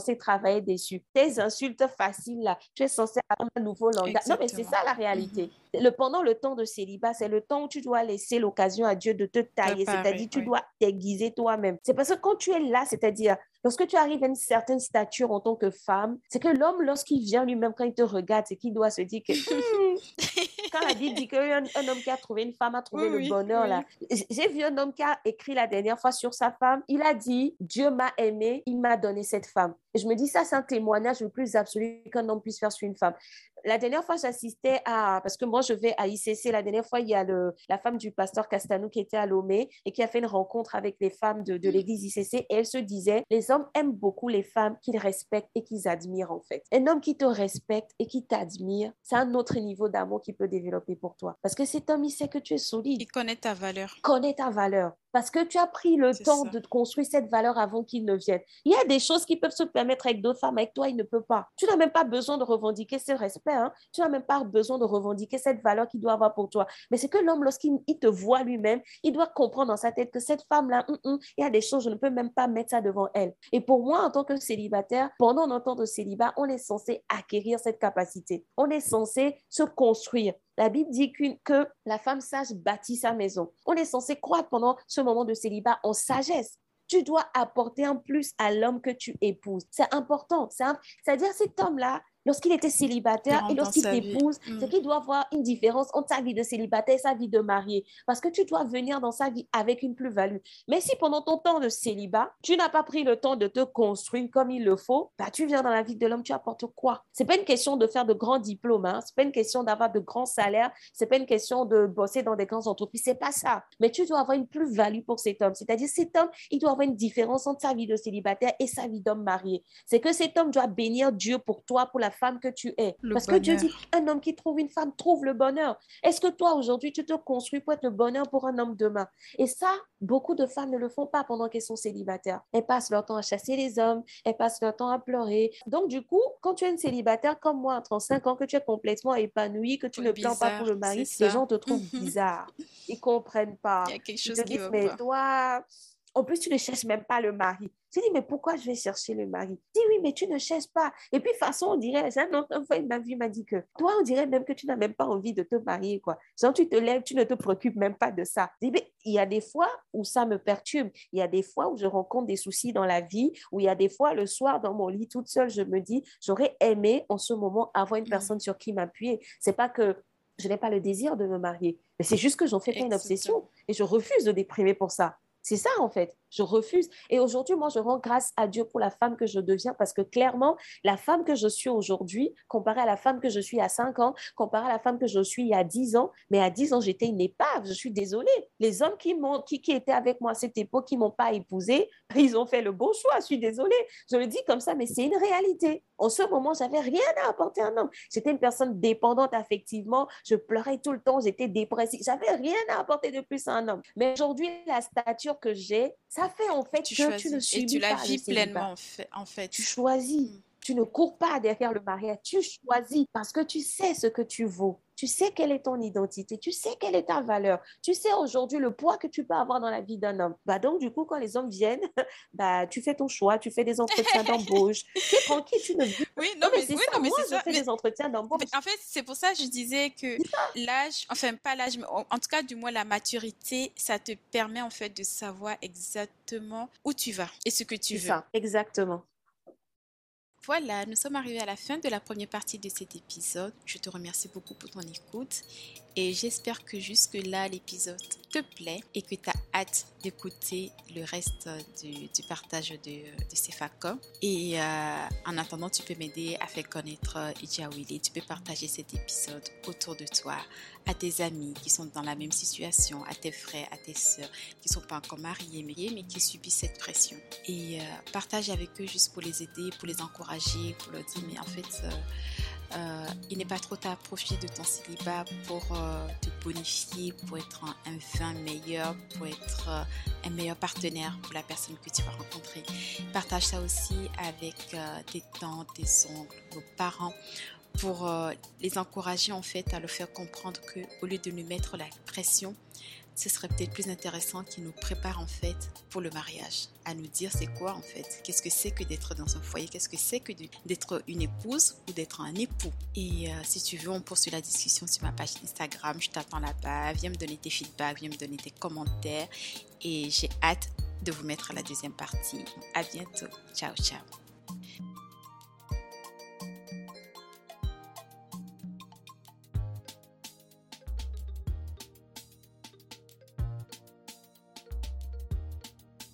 censé travailler dessus. Tes insultes faciles là, tu es censé avoir un nouveau langage. Exactement. Non, mais c'est ça la réalité. Pendant le temps de célibat, c'est le temps où tu dois laisser l'occasion à Dieu de te tailler, c'est-à-dire tu dois t'aiguiser toi-même. C'est parce que quand tu es là, c'est-à-dire lorsque tu arrives à une certaine stature en tant que femme, c'est que l'homme, lorsqu'il vient lui-même, quand il te regarde, c'est qu'il doit se dire que quand la Bible dit qu'un homme qui a trouvé une femme a trouvé le bonheur là. J'ai vu un homme qui a écrit la dernière fois sur sa femme, il a dit Dieu m'a aimé, il m'a donné cette femme. Et je me dis ça, c'est un témoignage le plus absolu qu'un homme puisse faire sur une femme. La dernière fois, j'assistais à, parce que moi, je vais à ICC, la dernière fois, il y a la femme du pasteur Castanou qui était à Lomé et qui a fait une rencontre avec les femmes de l'église ICC et elle se disait, les hommes aiment beaucoup les femmes qu'ils respectent et qu'ils admirent en fait. Un homme qui te respecte et qui t'admire, c'est un autre niveau d'amour qu'il peut développer pour toi. Parce que cet homme, il sait que tu es solide. Il connaît ta valeur. Connaît ta valeur. Parce que tu as pris le temps de construire cette valeur avant qu'il ne vienne. Il y a des choses qui peuvent se permettre avec d'autres femmes, avec toi, il ne peut pas. Tu n'as même pas besoin de revendiquer ce respect. Hein? Tu n'as même pas besoin de revendiquer cette valeur qu'il doit avoir pour toi. Mais c'est que l'homme, lorsqu'il te voit lui-même, il doit comprendre dans sa tête que cette femme-là, il y a des choses, je ne peux même pas mettre ça devant elle. Et pour moi, en tant que célibataire, pendant notre temps de célibat, on est censé acquérir cette capacité. On est censé se construire. La Bible dit que la femme sage bâtit sa maison. On est censé croître pendant ce moment de célibat en sagesse. Tu dois apporter un plus à l'homme que tu épouses. C'est important. C'est-à-dire cet homme-là, lorsqu'il était célibataire et lorsqu'il t'épouse, c'est qu'il doit avoir une différence entre sa vie de célibataire et sa vie de marié. Parce que tu dois venir dans sa vie avec une plus-value. Mais si pendant ton temps de célibat, tu n'as pas pris le temps de te construire comme il le faut, bah, tu viens dans la vie de l'homme, tu apportes quoi? Ce n'est pas une question de faire de grands diplômes, hein? Ce n'est pas une question d'avoir de grands salaires, ce n'est pas une question de bosser dans des grandes entreprises, ce n'est pas ça. Mais tu dois avoir une plus-value pour cet homme. C'est-à-dire cet homme, il doit avoir une différence entre sa vie de célibataire et sa vie d'homme marié. C'est que cet homme doit bénir Dieu pour toi, pour la femme que tu es. Parce que Dieu dit, un homme qui trouve une femme trouve le bonheur. Est-ce que toi, aujourd'hui, tu te construis pour être le bonheur pour un homme demain? Et ça, beaucoup de femmes ne le font pas pendant qu'elles sont célibataires. Elles passent leur temps à chasser les hommes, elles passent leur temps à pleurer. Donc, du coup, quand tu es une célibataire comme moi, à 35 ans, que tu es complètement épanouie, que tu ne pleures pas pour le mari, les gens te trouvent bizarre. Ils ne comprennent pas. Il y a quelque chose Ils te disent, mais toi... En plus, tu ne cherches même pas le mari. Tu dis, mais pourquoi je vais chercher le mari? Dis, oui, mais tu ne cherches pas. Et puis, de toute façon, on dirait, une fois, ma vie m'a dit que toi, on dirait même que tu n'as même pas envie de te marier, quoi. Genre, tu te lèves, tu ne te préoccupes même pas de ça. Je dis, mais il y a des fois où ça me perturbe. Il y a des fois où je rencontre des soucis dans la vie, où il y a des fois, le soir, dans mon lit, toute seule, je me dis, j'aurais aimé, en ce moment, avoir une personne sur qui m'appuyer. C'est pas que je n'ai pas le désir de me marier, mais c'est juste que j'en fais pas une obsession et je refuse de déprimer pour ça. C'est ça, en fait. Je refuse. Et aujourd'hui, moi, je rends grâce à Dieu pour la femme que je deviens parce que clairement, la femme que je suis aujourd'hui, comparée à la femme que je suis à 5 ans, comparée à la femme que je suis il y a 10 ans, mais à 10 ans, j'étais une épave. Je suis désolée. Les hommes qui étaient avec moi à cette époque, qui ne m'ont pas épousée, ils ont fait le bon choix. Je suis désolée. Je le dis comme ça, mais c'est une réalité. En ce moment, je n'avais rien à apporter à un homme. J'étais une personne dépendante affectivement. Je pleurais tout le temps. J'étais dépressive. Je n'avais rien à apporter de plus à un homme. Mais aujourd'hui, la stature que j'ai, ça fait en fait que tu ne subis pas le célibat. Et tu la vis pleinement en fait. Tu choisis. Tu ne cours pas derrière le mariage. Tu choisis parce que tu sais ce que tu vaux. Tu sais quelle est ton identité. Tu sais quelle est ta valeur. Tu sais aujourd'hui le poids que tu peux avoir dans la vie d'un homme. Bah donc, du coup, quand les hommes viennent, bah, tu fais ton choix. Tu fais des entretiens d'embauche. Tu es tranquille. Tu ne vis pas. Oui, non, mais c'est ça. Moi, je fais des entretiens d'embauche. En fait, c'est pour ça que je disais que l'âge, enfin, pas l'âge, mais en tout cas, du moins, la maturité, ça te permet en fait de savoir exactement où tu vas et ce que tu veux. C'est ça, exactement. Voilà, nous sommes arrivés à la fin de la première partie de cet épisode. Je te remercie beaucoup pour ton écoute et j'espère que jusque-là, l'épisode te plaît et que tu as hâte d'écouter le reste du partage de Sefako. Et en attendant, tu peux m'aider à faire connaître Idiawele. Tu peux partager cet épisode autour de toi, à tes amis qui sont dans la même situation, à tes frères, à tes sœurs qui ne sont pas encore mariés mais qui subissent cette pression. Et partage avec eux juste pour les aider, pour les encourager, pour leur dire mais en fait il n'est pas trop tard, profiter de ton célibat pour te bonifier, pour être un vin meilleur, pour être un meilleur partenaire pour la personne que tu vas rencontrer. Partage ça aussi avec tes tantes, tes oncles, vos parents, pour les encourager en fait à leur faire comprendre qu'au lieu de nous mettre la pression, ce serait peut-être plus intéressant qu'ils nous préparent en fait pour le mariage, à nous dire c'est quoi en fait, qu'est-ce que c'est que d'être dans un foyer, qu'est-ce que c'est que d'être une épouse ou d'être un époux. Et si tu veux, on poursuit la discussion sur ma page Instagram, je t'attends là-bas, viens me donner tes feedbacks, viens me donner tes commentaires et j'ai hâte de vous mettre à la deuxième partie. À bientôt, ciao ciao.